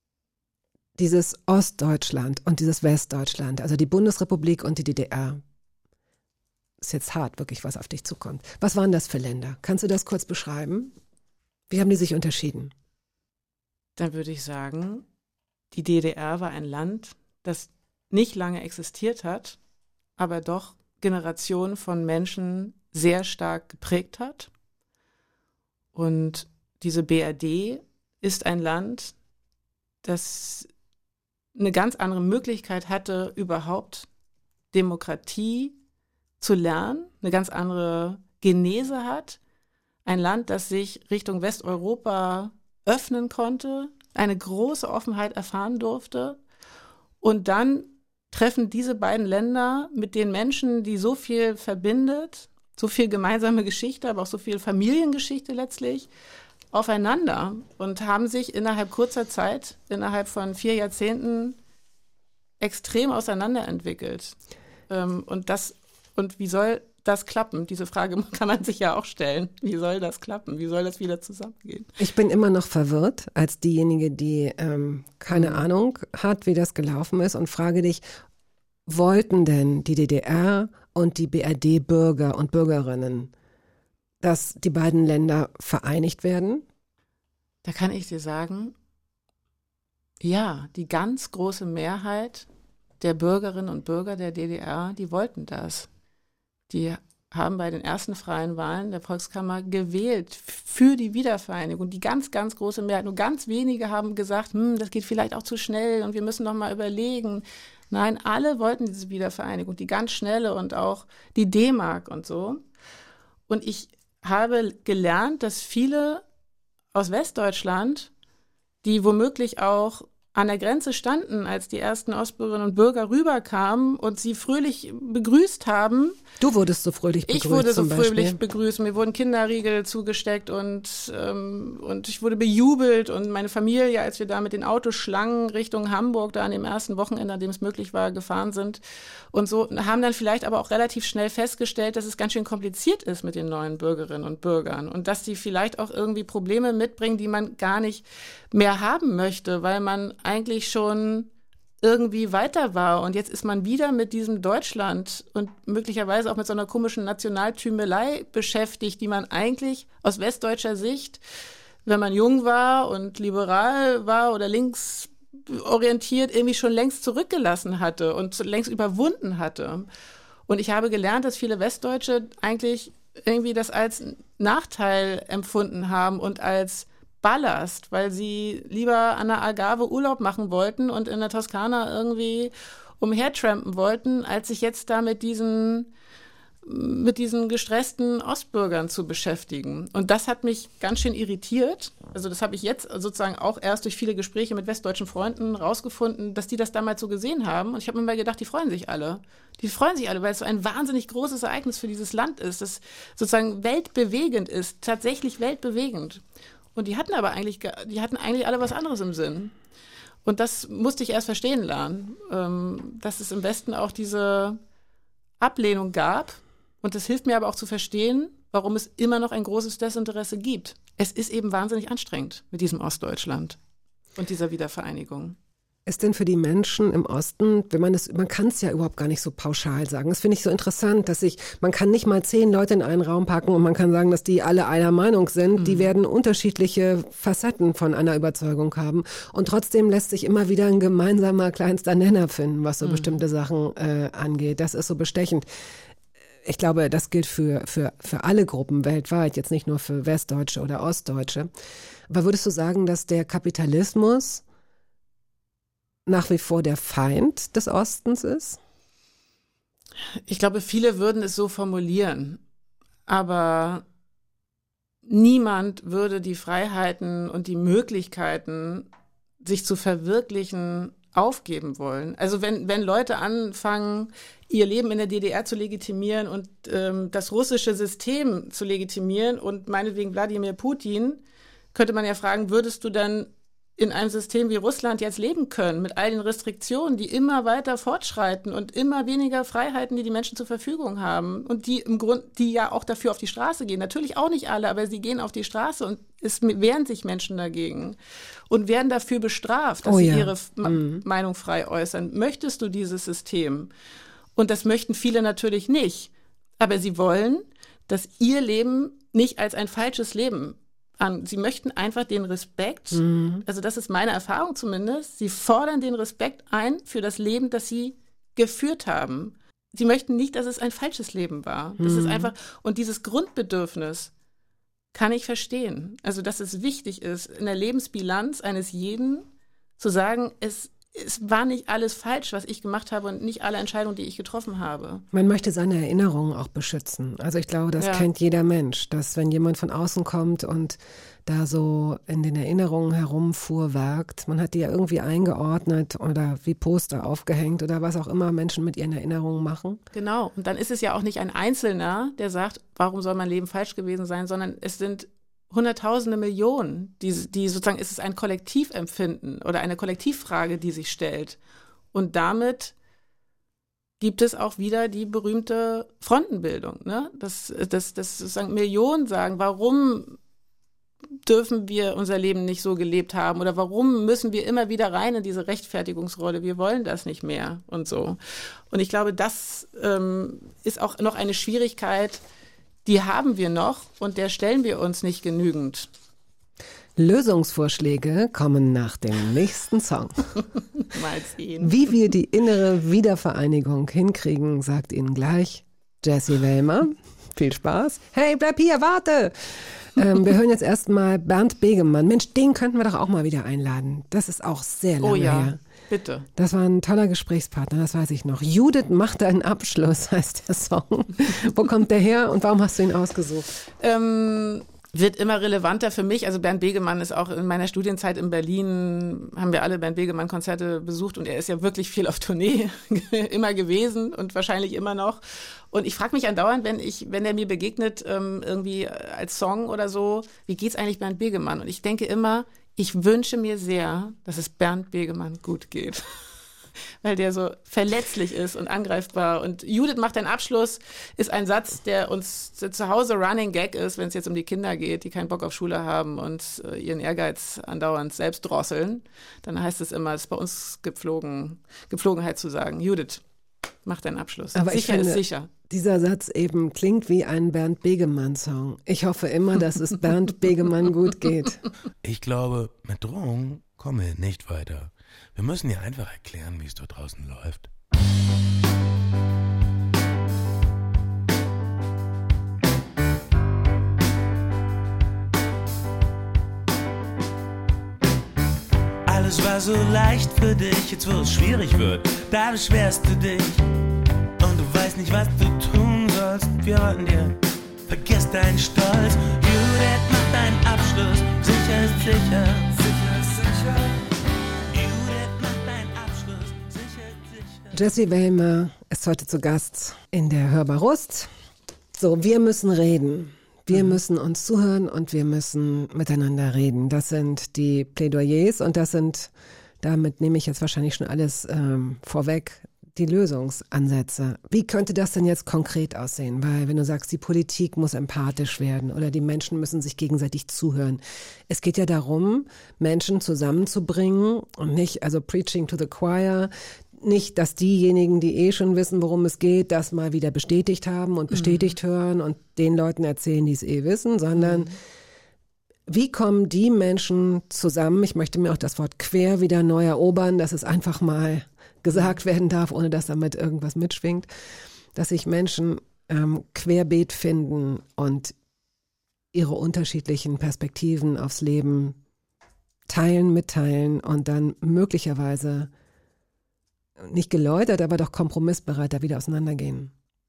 dieses Ostdeutschland und dieses Westdeutschland, also die Bundesrepublik und die DDR, ist jetzt hart wirklich, was auf dich zukommt. Was waren das für Länder? Kannst du das kurz beschreiben? Wie haben die sich unterschieden? Dann würde ich sagen, die DDR war ein Land, das nicht lange existiert hat, aber doch Generationen von Menschen sehr stark geprägt hat. Und diese BRD ist ein Land, das eine ganz andere Möglichkeit hatte, überhaupt Demokratie zu lernen, eine ganz andere Genese hat. Ein Land, das sich Richtung Westeuropa öffnen konnte, eine große Offenheit erfahren durfte. Und dann treffen diese beiden Länder mit den Menschen, die so viel verbindet, so viel gemeinsame Geschichte, aber auch so viel Familiengeschichte letztlich, aufeinander und haben sich innerhalb kurzer Zeit, innerhalb von 4 Jahrzehnten extrem auseinanderentwickelt. Und wie soll das klappen? Diese Frage kann man sich ja auch stellen. Wie soll das klappen? Wie soll das wieder zusammengehen? Ich bin immer noch verwirrt als diejenige, die keine Ahnung hat, wie das gelaufen ist und frage dich, wollten denn die DDR und die BRD-Bürger und Bürgerinnen, dass die beiden Länder vereinigt werden? Da kann ich dir sagen, Ja, die ganz große Mehrheit der Bürgerinnen und Bürger der DDR, die wollten das. Die haben bei den ersten freien Wahlen der Volkskammer gewählt für die Wiedervereinigung. Die ganz, ganz große Mehrheit. Nur ganz wenige haben gesagt, das geht vielleicht auch zu schnell und wir müssen noch mal überlegen. Nein, alle wollten diese Wiedervereinigung, die ganz schnelle und auch die D-Mark und so. Und ich habe gelernt, dass viele aus Westdeutschland, die womöglich auch an der Grenze standen, als die ersten Ostbürgerinnen und Bürger rüberkamen und sie fröhlich begrüßt haben. Du wurdest so fröhlich begrüßt. Ich wurde so zum Beispiel. fröhlich begrüßt. Mir wurden Kinderriegel zugesteckt und ich wurde bejubelt. Und meine Familie, als wir da mit den Autoschlangen Richtung Hamburg, da an dem ersten Wochenende, an dem es möglich war, gefahren sind und so, haben dann vielleicht aber auch relativ schnell festgestellt, dass es ganz schön kompliziert ist mit den neuen Bürgerinnen und Bürgern und dass die vielleicht auch irgendwie Probleme mitbringen, die man gar nicht mehr haben möchte, weil man eigentlich schon irgendwie weiter war. Und jetzt ist man wieder mit diesem Deutschland und möglicherweise auch mit so einer komischen Nationaltümelei beschäftigt, die man eigentlich aus westdeutscher Sicht, wenn man jung war und liberal war oder linksorientiert, irgendwie schon längst zurückgelassen hatte und längst überwunden hatte. Und ich habe gelernt, dass viele Westdeutsche eigentlich irgendwie das als Nachteil empfunden haben und als Ballast, weil sie lieber an der Algarve Urlaub machen wollten und in der Toskana irgendwie umhertrampen wollten, als sich jetzt da mit diesen gestressten Ostbürgern zu beschäftigen. Und das hat mich ganz schön irritiert. Also das habe ich jetzt sozusagen auch erst durch viele Gespräche mit westdeutschen Freunden rausgefunden, dass die das damals so gesehen haben. Und ich habe mir mal gedacht, die freuen sich alle. Die freuen sich alle, weil es so ein wahnsinnig großes Ereignis für dieses Land ist, das sozusagen weltbewegend ist, tatsächlich weltbewegend. Und die hatten eigentlich alle was anderes im Sinn. Und das musste ich erst verstehen lernen, dass es im Westen auch diese Ablehnung gab. Und das hilft mir aber auch zu verstehen, warum es immer noch ein großes Desinteresse gibt. Es ist eben wahnsinnig anstrengend mit diesem Ostdeutschland und dieser Wiedervereinigung. Ist denn für die Menschen im Osten, man kann es ja überhaupt gar nicht so pauschal sagen. Das finde ich so interessant, man kann nicht mal 10 Leute in einen Raum packen und man kann sagen, dass die alle einer Meinung sind. Die werden unterschiedliche Facetten von einer Überzeugung haben. Und trotzdem lässt sich immer wieder ein gemeinsamer kleinster Nenner finden, was so bestimmte Sachen angeht. Das ist so bestechend. Ich glaube, das gilt für alle Gruppen weltweit, jetzt nicht nur für Westdeutsche oder Ostdeutsche. Aber würdest du sagen, dass der Kapitalismus nach wie vor der Feind des Ostens ist? Ich glaube, viele würden es so formulieren, aber niemand würde die Freiheiten und die Möglichkeiten, sich zu verwirklichen, aufgeben wollen. Also wenn Leute anfangen, ihr Leben in der DDR zu legitimieren und das russische System zu legitimieren und meinetwegen Wladimir Putin, könnte man ja fragen, würdest du dann in einem System wie Russland jetzt leben können, mit all den Restriktionen, die immer weiter fortschreiten und immer weniger Freiheiten, die Menschen zur Verfügung haben und die ja auch dafür auf die Straße gehen. Natürlich auch nicht alle, aber sie gehen auf die Straße und es wehren sich Menschen dagegen und werden dafür bestraft, dass sie ihre Meinung frei äußern. Möchtest du dieses System? Und das möchten viele natürlich nicht. Aber sie wollen, dass ihr Leben nicht als ein falsches Leben Sie möchten einfach den Respekt, also das ist meine Erfahrung zumindest, sie fordern den Respekt ein für das Leben, das sie geführt haben. Sie möchten nicht, dass es ein falsches Leben war. Das ist einfach, und dieses Grundbedürfnis kann ich verstehen. Also, dass es wichtig ist, in der Lebensbilanz eines jeden zu sagen, es war nicht alles falsch, was ich gemacht habe und nicht alle Entscheidungen, die ich getroffen habe. Man möchte seine Erinnerungen auch beschützen. Also ich glaube, das kennt jeder Mensch, dass wenn jemand von außen kommt und da so in den Erinnerungen herumfuhrwerkt, man hat die ja irgendwie eingeordnet oder wie Poster aufgehängt oder was auch immer Menschen mit ihren Erinnerungen machen. Genau. Und dann ist es ja auch nicht ein Einzelner, der sagt, warum soll mein Leben falsch gewesen sein, sondern es sind Hunderttausende, Millionen, die sozusagen, ist es ein Kollektivempfinden oder eine Kollektivfrage, die sich stellt. Und damit gibt es auch wieder die berühmte Frontenbildung, ne? Dass sozusagen Millionen sagen, warum dürfen wir unser Leben nicht so gelebt haben oder warum müssen wir immer wieder rein in diese Rechtfertigungsrolle, wir wollen das nicht mehr und so. Und ich glaube, das ist auch noch eine Schwierigkeit, die haben wir noch und der stellen wir uns nicht genügend. Lösungsvorschläge kommen nach dem nächsten Song. Mal sehen. Wie wir die innere Wiedervereinigung hinkriegen, sagt Ihnen gleich Jessie Wellmer. Viel Spaß. Hey, bleib hier, warte! Wir hören jetzt erstmal Bernd Begemann. Mensch, den könnten wir doch auch mal wieder einladen. Das ist auch sehr lange her. Bitte. Das war ein toller Gesprächspartner, das weiß ich noch. Judith macht einen Abschluss, heißt der Song. Wo kommt der her und warum hast du ihn ausgesucht? Wird immer relevanter für mich. Also Bernd Begemann ist auch in meiner Studienzeit in Berlin, haben wir alle Bernd Begemann-Konzerte besucht und er ist ja wirklich viel auf Tournee immer gewesen und wahrscheinlich immer noch. Und ich frage mich andauernd, wenn er mir begegnet, irgendwie als Song oder so, wie geht's eigentlich Bernd Begemann? Und ich denke immer, ich wünsche mir sehr, dass es Bernd Begemann gut geht. Weil der so verletzlich ist und angreifbar. Und Judith macht einen Abschluss, ist ein Satz, der uns zu Hause Running Gag ist, wenn es jetzt um die Kinder geht, die keinen Bock auf Schule haben und ihren Ehrgeiz andauernd selbst drosseln. Dann heißt es immer, es ist bei uns Gepflogenheit zu sagen, Judith, mach deinen Abschluss. Aber sicher ist sicher. Dieser Satz eben klingt wie ein Bernd Begemann-Song. Ich hoffe immer, dass es Bernd Begemann gut geht. Ich glaube, mit Drohungen kommen wir nicht weiter. Wir müssen ihr einfach erklären, wie es dort draußen läuft. Alles war so leicht für dich, jetzt wo es schwierig wird, da beschwerst du dich. Und du weißt nicht, was du tun sollst. Wir raten dir, vergiss deinen Stolz. Judith macht deinen Abschluss, sicher ist sicher. Sicher ist sicher. Jessie Wellmer ist heute zu Gast in der Hörbar Rust. So, wir müssen reden. Wir müssen uns zuhören und wir müssen miteinander reden. Das sind die Plädoyers und damit nehme ich jetzt wahrscheinlich schon alles vorweg, die Lösungsansätze. Wie könnte das denn jetzt konkret aussehen? Weil wenn du sagst, die Politik muss empathisch werden oder die Menschen müssen sich gegenseitig zuhören. Es geht ja darum, Menschen zusammenzubringen und nicht, also preaching to the choir, nicht, dass diejenigen, die schon wissen, worum es geht, das mal wieder bestätigt haben und bestätigt hören und den Leuten erzählen, die es wissen, sondern wie kommen die Menschen zusammen? Ich möchte mir auch das Wort quer wieder neu erobern, dass es einfach mal gesagt werden darf, ohne dass damit irgendwas mitschwingt, dass sich Menschen querbeet finden und ihre unterschiedlichen Perspektiven aufs Leben mitteilen und dann möglicherweise nicht geläutert, aber doch kompromissbereit da wieder auseinandergehen.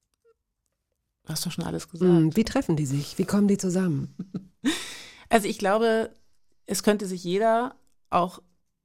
Hast du schon alles gesagt. Wie treffen die sich? Wie kommen die zusammen? Also ich glaube, es könnte sich jeder auch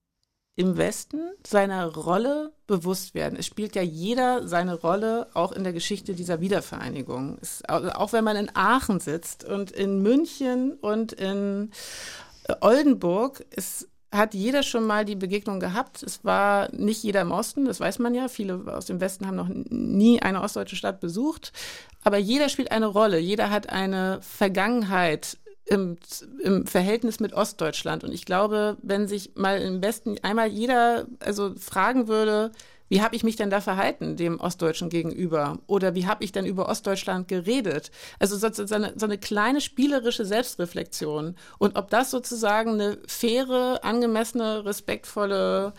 im Westen seiner Rolle bewusst werden. Es spielt ja jeder seine Rolle auch in der Geschichte dieser Wiedervereinigung. Auch wenn man in Aachen sitzt und in München und in Oldenburg, hat jeder schon mal die Begegnung gehabt. Es war nicht jeder im Osten, das weiß man ja. Viele aus dem Westen haben noch nie eine ostdeutsche Stadt besucht. Aber jeder spielt eine Rolle. Jeder hat eine Vergangenheit im Verhältnis mit Ostdeutschland. Und ich glaube, wenn sich mal im Westen einmal jeder fragen würde, wie habe ich mich denn da verhalten, dem Ostdeutschen gegenüber? Oder wie habe ich denn über Ostdeutschland geredet? Also so eine kleine spielerische Selbstreflexion. Und ob das sozusagen eine faire, angemessene, respektvolle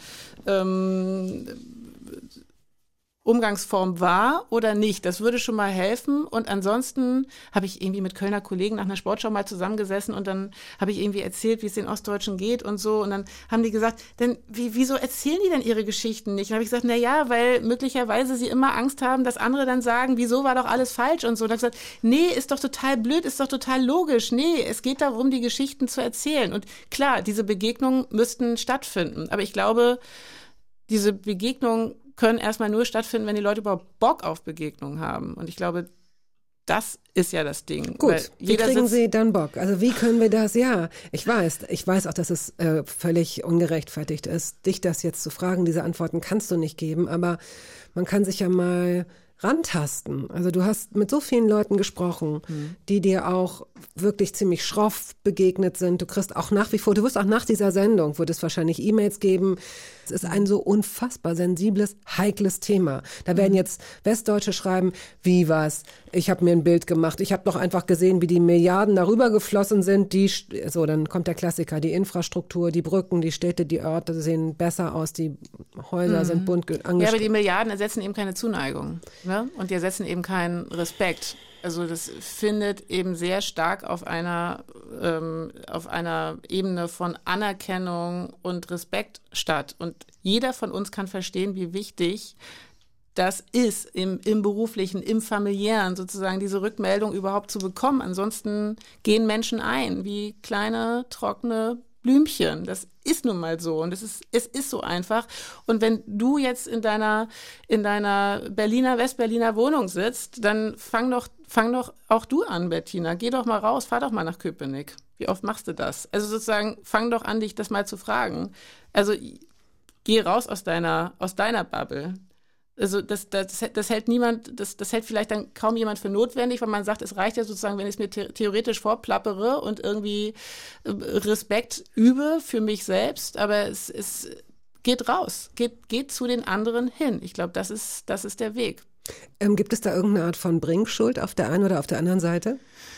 Umgangsform war oder nicht, das würde schon mal helfen. Und ansonsten habe ich irgendwie mit Kölner Kollegen nach einer Sportschau mal zusammengesessen und dann habe ich irgendwie erzählt, wie es den Ostdeutschen geht und so. Und dann haben die gesagt, denn wieso erzählen die denn ihre Geschichten nicht? Und dann habe ich gesagt, weil möglicherweise sie immer Angst haben, dass andere dann sagen, wieso war doch alles falsch und so. Und dann habe ich gesagt, nee, ist doch total blöd, ist doch total logisch. Nee, es geht darum, die Geschichten zu erzählen. Und klar, diese Begegnungen müssten stattfinden. Aber ich glaube, diese Begegnungen können erstmal nur stattfinden, wenn die Leute überhaupt Bock auf Begegnungen haben. Und ich glaube, das ist ja das Ding. Gut, wie kriegen Sie dann Bock? Also wie können wir das? Ja, ich weiß auch, dass es völlig ungerechtfertigt ist, dich das jetzt zu fragen. Diese Antworten kannst du nicht geben, aber man kann sich ja mal rantasten. Also du hast mit so vielen Leuten gesprochen, die dir auch wirklich ziemlich schroff begegnet sind. Du kriegst auch nach wie vor, du wirst auch nach dieser Sendung, wird es wahrscheinlich E-Mails geben. Es ist ein so unfassbar sensibles, heikles Thema. Da werden jetzt Westdeutsche schreiben, wie was? Ich habe mir ein Bild gemacht. Ich habe doch einfach gesehen, wie die Milliarden darüber geflossen sind. So, dann kommt der Klassiker, die Infrastruktur, die Brücken, die Städte, die Orte sehen besser aus, die Häuser sind bunt angestrichen. Ja, aber die Milliarden ersetzen eben keine Zuneigung, ne? Und die ersetzen eben keinen Respekt. Also das findet eben sehr stark auf einer Ebene von Anerkennung und Respekt statt. Und jeder von uns kann verstehen, wie wichtig das ist, im beruflichen, im familiären sozusagen diese Rückmeldung überhaupt zu bekommen. Ansonsten gehen Menschen ein wie kleine, trockene Blümchen. Das ist nun mal so und es ist so einfach. Und wenn du jetzt in deiner Westberliner Wohnung sitzt, dann fang doch auch du an, Bettina. Geh doch mal raus, fahr doch mal nach Köpenick. Wie oft machst du das? Also sozusagen, fang doch an, dich das mal zu fragen. Also geh raus aus deiner Bubble. Also das hält niemand, das hält vielleicht dann kaum jemand für notwendig, weil man sagt, es reicht ja sozusagen, wenn ich es mir theoretisch vorplappere und irgendwie Respekt übe für mich selbst, aber es geht raus, geht zu den anderen hin. Ich glaube, das ist der Weg. Gibt es da irgendeine Art von Bringschuld auf der einen oder auf der anderen Seite?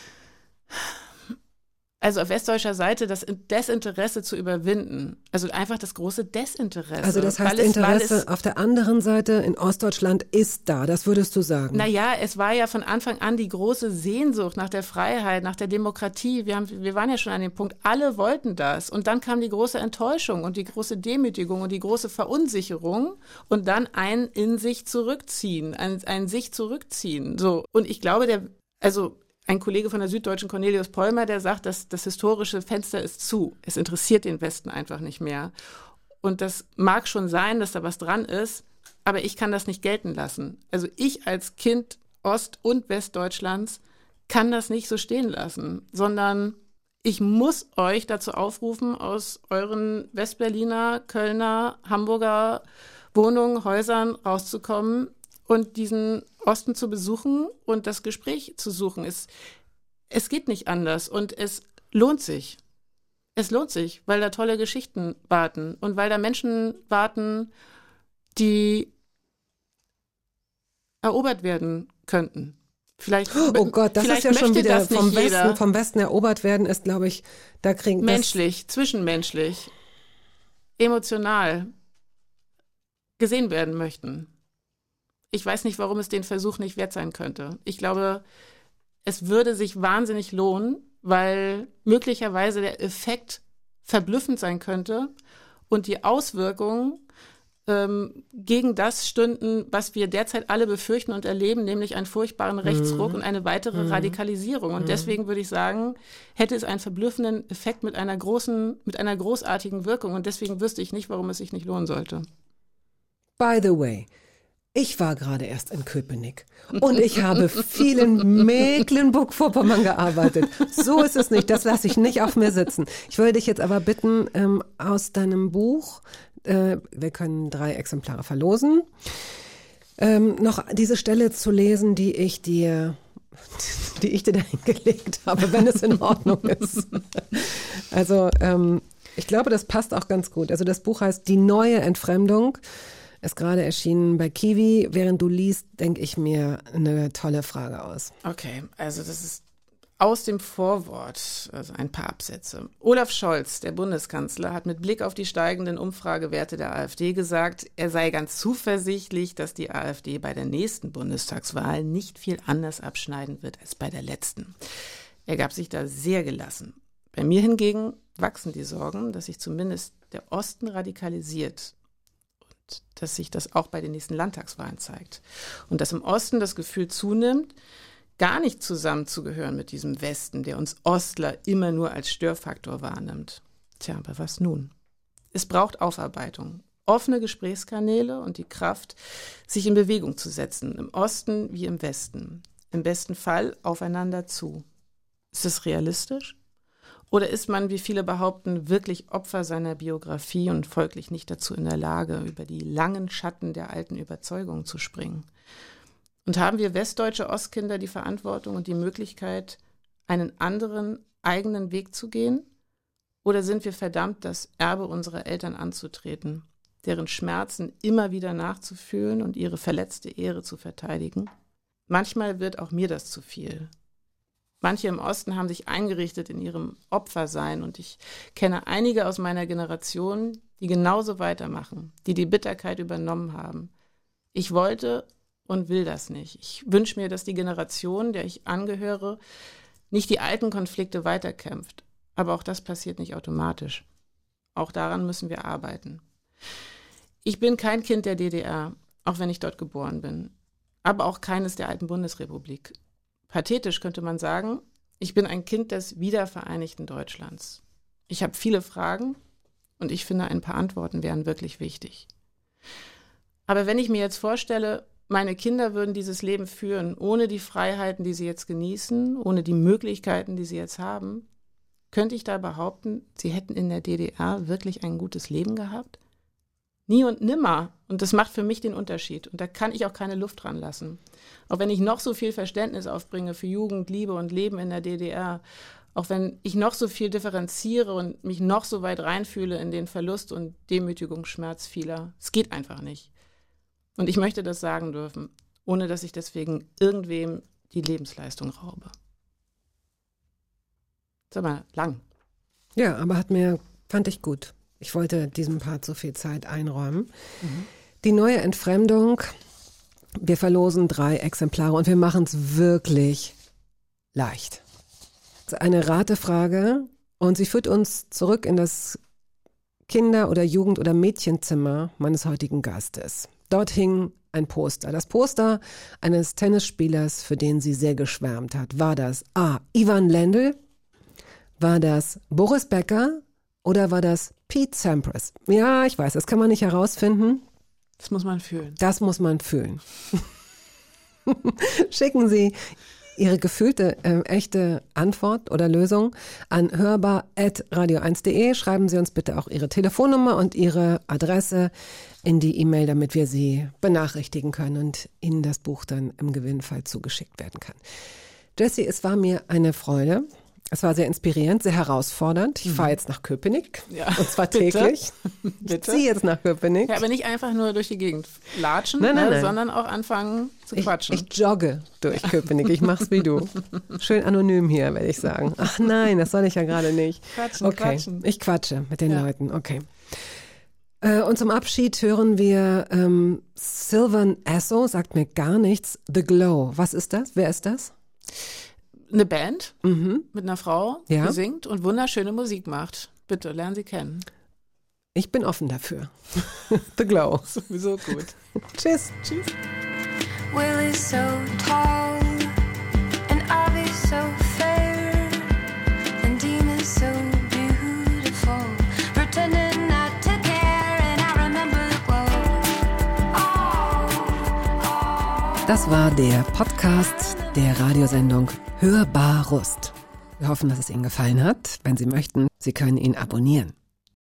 Also auf westdeutscher Seite das Desinteresse zu überwinden. Also einfach das große Desinteresse. Also das heißt, Interesse auf der anderen Seite in Ostdeutschland ist da, das würdest du sagen? Naja, es war ja von Anfang an die große Sehnsucht nach der Freiheit, nach der Demokratie. Wir waren ja schon an dem Punkt, alle wollten das. Und dann kam die große Enttäuschung und die große Demütigung und die große Verunsicherung und dann ein in sich zurückziehen, ein sich zurückziehen. So. Und ich glaube, ein Kollege von der Süddeutschen, Cornelius Pollmer, der sagt, dass das historische Fenster ist zu. Es interessiert den Westen einfach nicht mehr. Und das mag schon sein, dass da was dran ist, aber ich kann das nicht gelten lassen. Also ich als Kind Ost- und Westdeutschlands kann das nicht so stehen lassen, sondern ich muss euch dazu aufrufen, aus euren Westberliner, Kölner, Hamburger Wohnungen, Häusern rauszukommen und diesen Osten zu besuchen und das Gespräch zu suchen. Es geht nicht anders und es lohnt sich. Es lohnt sich, weil da tolle Geschichten warten und weil da Menschen warten, die erobert werden könnten. Oh Gott, das ist ja schon wieder vom Westen erobert werden, ist, glaube ich, da kriegen menschlich, zwischenmenschlich, emotional gesehen werden möchten. Ich weiß nicht, warum es den Versuch nicht wert sein könnte. Ich glaube, es würde sich wahnsinnig lohnen, weil möglicherweise der Effekt verblüffend sein könnte und die Auswirkungen gegen das stünden, was wir derzeit alle befürchten und erleben, nämlich einen furchtbaren Rechtsruck und eine weitere Radikalisierung. Und deswegen würde ich sagen, hätte es einen verblüffenden Effekt mit einer großartigen Wirkung. Und deswegen wüsste ich nicht, warum es sich nicht lohnen sollte. By the way, ich war gerade erst in Köpenick und ich habe viel in Mecklenburg-Vorpommern gearbeitet. So ist es nicht, das lasse ich nicht auf mir sitzen. Ich würde dich jetzt aber bitten, aus deinem Buch, wir können 3 Exemplare verlosen, noch diese Stelle zu lesen, die ich dir dahin gelegt habe, wenn es in Ordnung ist. Also ich glaube, das passt auch ganz gut. Also das Buch heißt Die neue Entfremdung. Ist gerade erschienen bei Kiwi. Während du liest, denke ich mir eine tolle Frage aus. Okay, also das ist aus dem Vorwort, also ein paar Absätze. Olaf Scholz, der Bundeskanzler, hat mit Blick auf die steigenden Umfragewerte der AfD gesagt, er sei ganz zuversichtlich, dass die AfD bei der nächsten Bundestagswahl nicht viel anders abschneiden wird als bei der letzten. Er gab sich da sehr gelassen. Bei mir hingegen wachsen die Sorgen, dass sich zumindest der Osten radikalisiert. Dass sich das auch bei den nächsten Landtagswahlen zeigt. Und dass im Osten das Gefühl zunimmt, gar nicht zusammenzugehören mit diesem Westen, der uns Ostler immer nur als Störfaktor wahrnimmt. Tja, aber was nun? Es braucht Aufarbeitung, offene Gesprächskanäle und die Kraft, sich in Bewegung zu setzen, im Osten wie im Westen. Im besten Fall aufeinander zu. Ist es realistisch? Oder ist man, wie viele behaupten, wirklich Opfer seiner Biografie und folglich nicht dazu in der Lage, über die langen Schatten der alten Überzeugungen zu springen? Und haben wir westdeutsche Ostkinder die Verantwortung und die Möglichkeit, einen anderen, eigenen Weg zu gehen? Oder sind wir verdammt, das Erbe unserer Eltern anzutreten, deren Schmerzen immer wieder nachzufühlen und ihre verletzte Ehre zu verteidigen? Manchmal wird auch mir das zu viel. Manche im Osten haben sich eingerichtet in ihrem Opfersein und ich kenne einige aus meiner Generation, die genauso weitermachen, die die Bitterkeit übernommen haben. Ich wollte und will das nicht. Ich wünsche mir, dass die Generation, der ich angehöre, nicht die alten Konflikte weiterkämpft. Aber auch das passiert nicht automatisch. Auch daran müssen wir arbeiten. Ich bin kein Kind der DDR, auch wenn ich dort geboren bin. Aber auch keines der alten Bundesrepublik. Pathetisch könnte man sagen, ich bin ein Kind des wiedervereinigten Deutschlands. Ich habe viele Fragen und ich finde, ein paar Antworten wären wirklich wichtig. Aber wenn ich mir jetzt vorstelle, meine Kinder würden dieses Leben führen, ohne die Freiheiten, die sie jetzt genießen, ohne die Möglichkeiten, die sie jetzt haben, könnte ich da behaupten, sie hätten in der DDR wirklich ein gutes Leben gehabt? Nie und nimmer. Und das macht für mich den Unterschied. Und da kann ich auch keine Luft dran lassen. Auch wenn ich noch so viel Verständnis aufbringe für Jugend, Liebe und Leben in der DDR, auch wenn ich noch so viel differenziere und mich noch so weit reinfühle in den Verlust und Demütigungsschmerz vieler. Es geht einfach nicht. Und ich möchte das sagen dürfen, ohne dass ich deswegen irgendwem die Lebensleistung raube. Sag mal, lang. Ja, aber fand ich gut. Ich wollte diesem Part so viel Zeit einräumen. Die neue Entfremdung, wir verlosen 3 Exemplare und wir machen es wirklich leicht. Das ist eine Ratefrage und sie führt uns zurück in das Kinder- oder Jugend- oder Mädchenzimmer meines heutigen Gastes. Dort hing ein Poster. Das Poster eines Tennisspielers, für den sie sehr geschwärmt hat. War das A. Ivan Lendl? War das Boris Becker? Oder war das Pete Sampras? Ja, ich weiß, das kann man nicht herausfinden. Das muss man fühlen. Das muss man fühlen. Schicken Sie Ihre gefühlte, echte Antwort oder Lösung an hörbar@radio1.de. Schreiben Sie uns bitte auch Ihre Telefonnummer und Ihre Adresse in die E-Mail, damit wir Sie benachrichtigen können und Ihnen das Buch dann im Gewinnfall zugeschickt werden kann. Jessie, es war mir eine Freude. Es war sehr inspirierend, sehr herausfordernd. Ich fahre jetzt nach Köpenick, und zwar täglich. Bitte? Ich ziehe jetzt nach Köpenick. Ja, aber nicht einfach nur durch die Gegend latschen, nein. sondern auch anfangen zu quatschen. Ich jogge durch Köpenick, ich mach's wie du. Schön anonym hier, werde ich sagen. Ach nein, das soll ich ja gerade nicht. Quatschen. Ich quatsche mit den Leuten, okay. Und zum Abschied hören wir Sylvan Esso, sagt mir gar nichts, The Glow. Was ist das? Wer ist das? Eine Band mit einer Frau, die Ja. singt und wunderschöne Musik macht. Bitte, lernen Sie kennen. Ich bin offen dafür. The Glow. Sowieso gut. Tschüss. Tschüss. Will is so tall and Ivy so fair and Dean is so beautiful, pretending not to care, and I remember the glow. Das war der Podcast der Radiosendung Hörbar Rust. Wir hoffen, dass es Ihnen gefallen hat. Wenn Sie möchten, Sie können ihn abonnieren.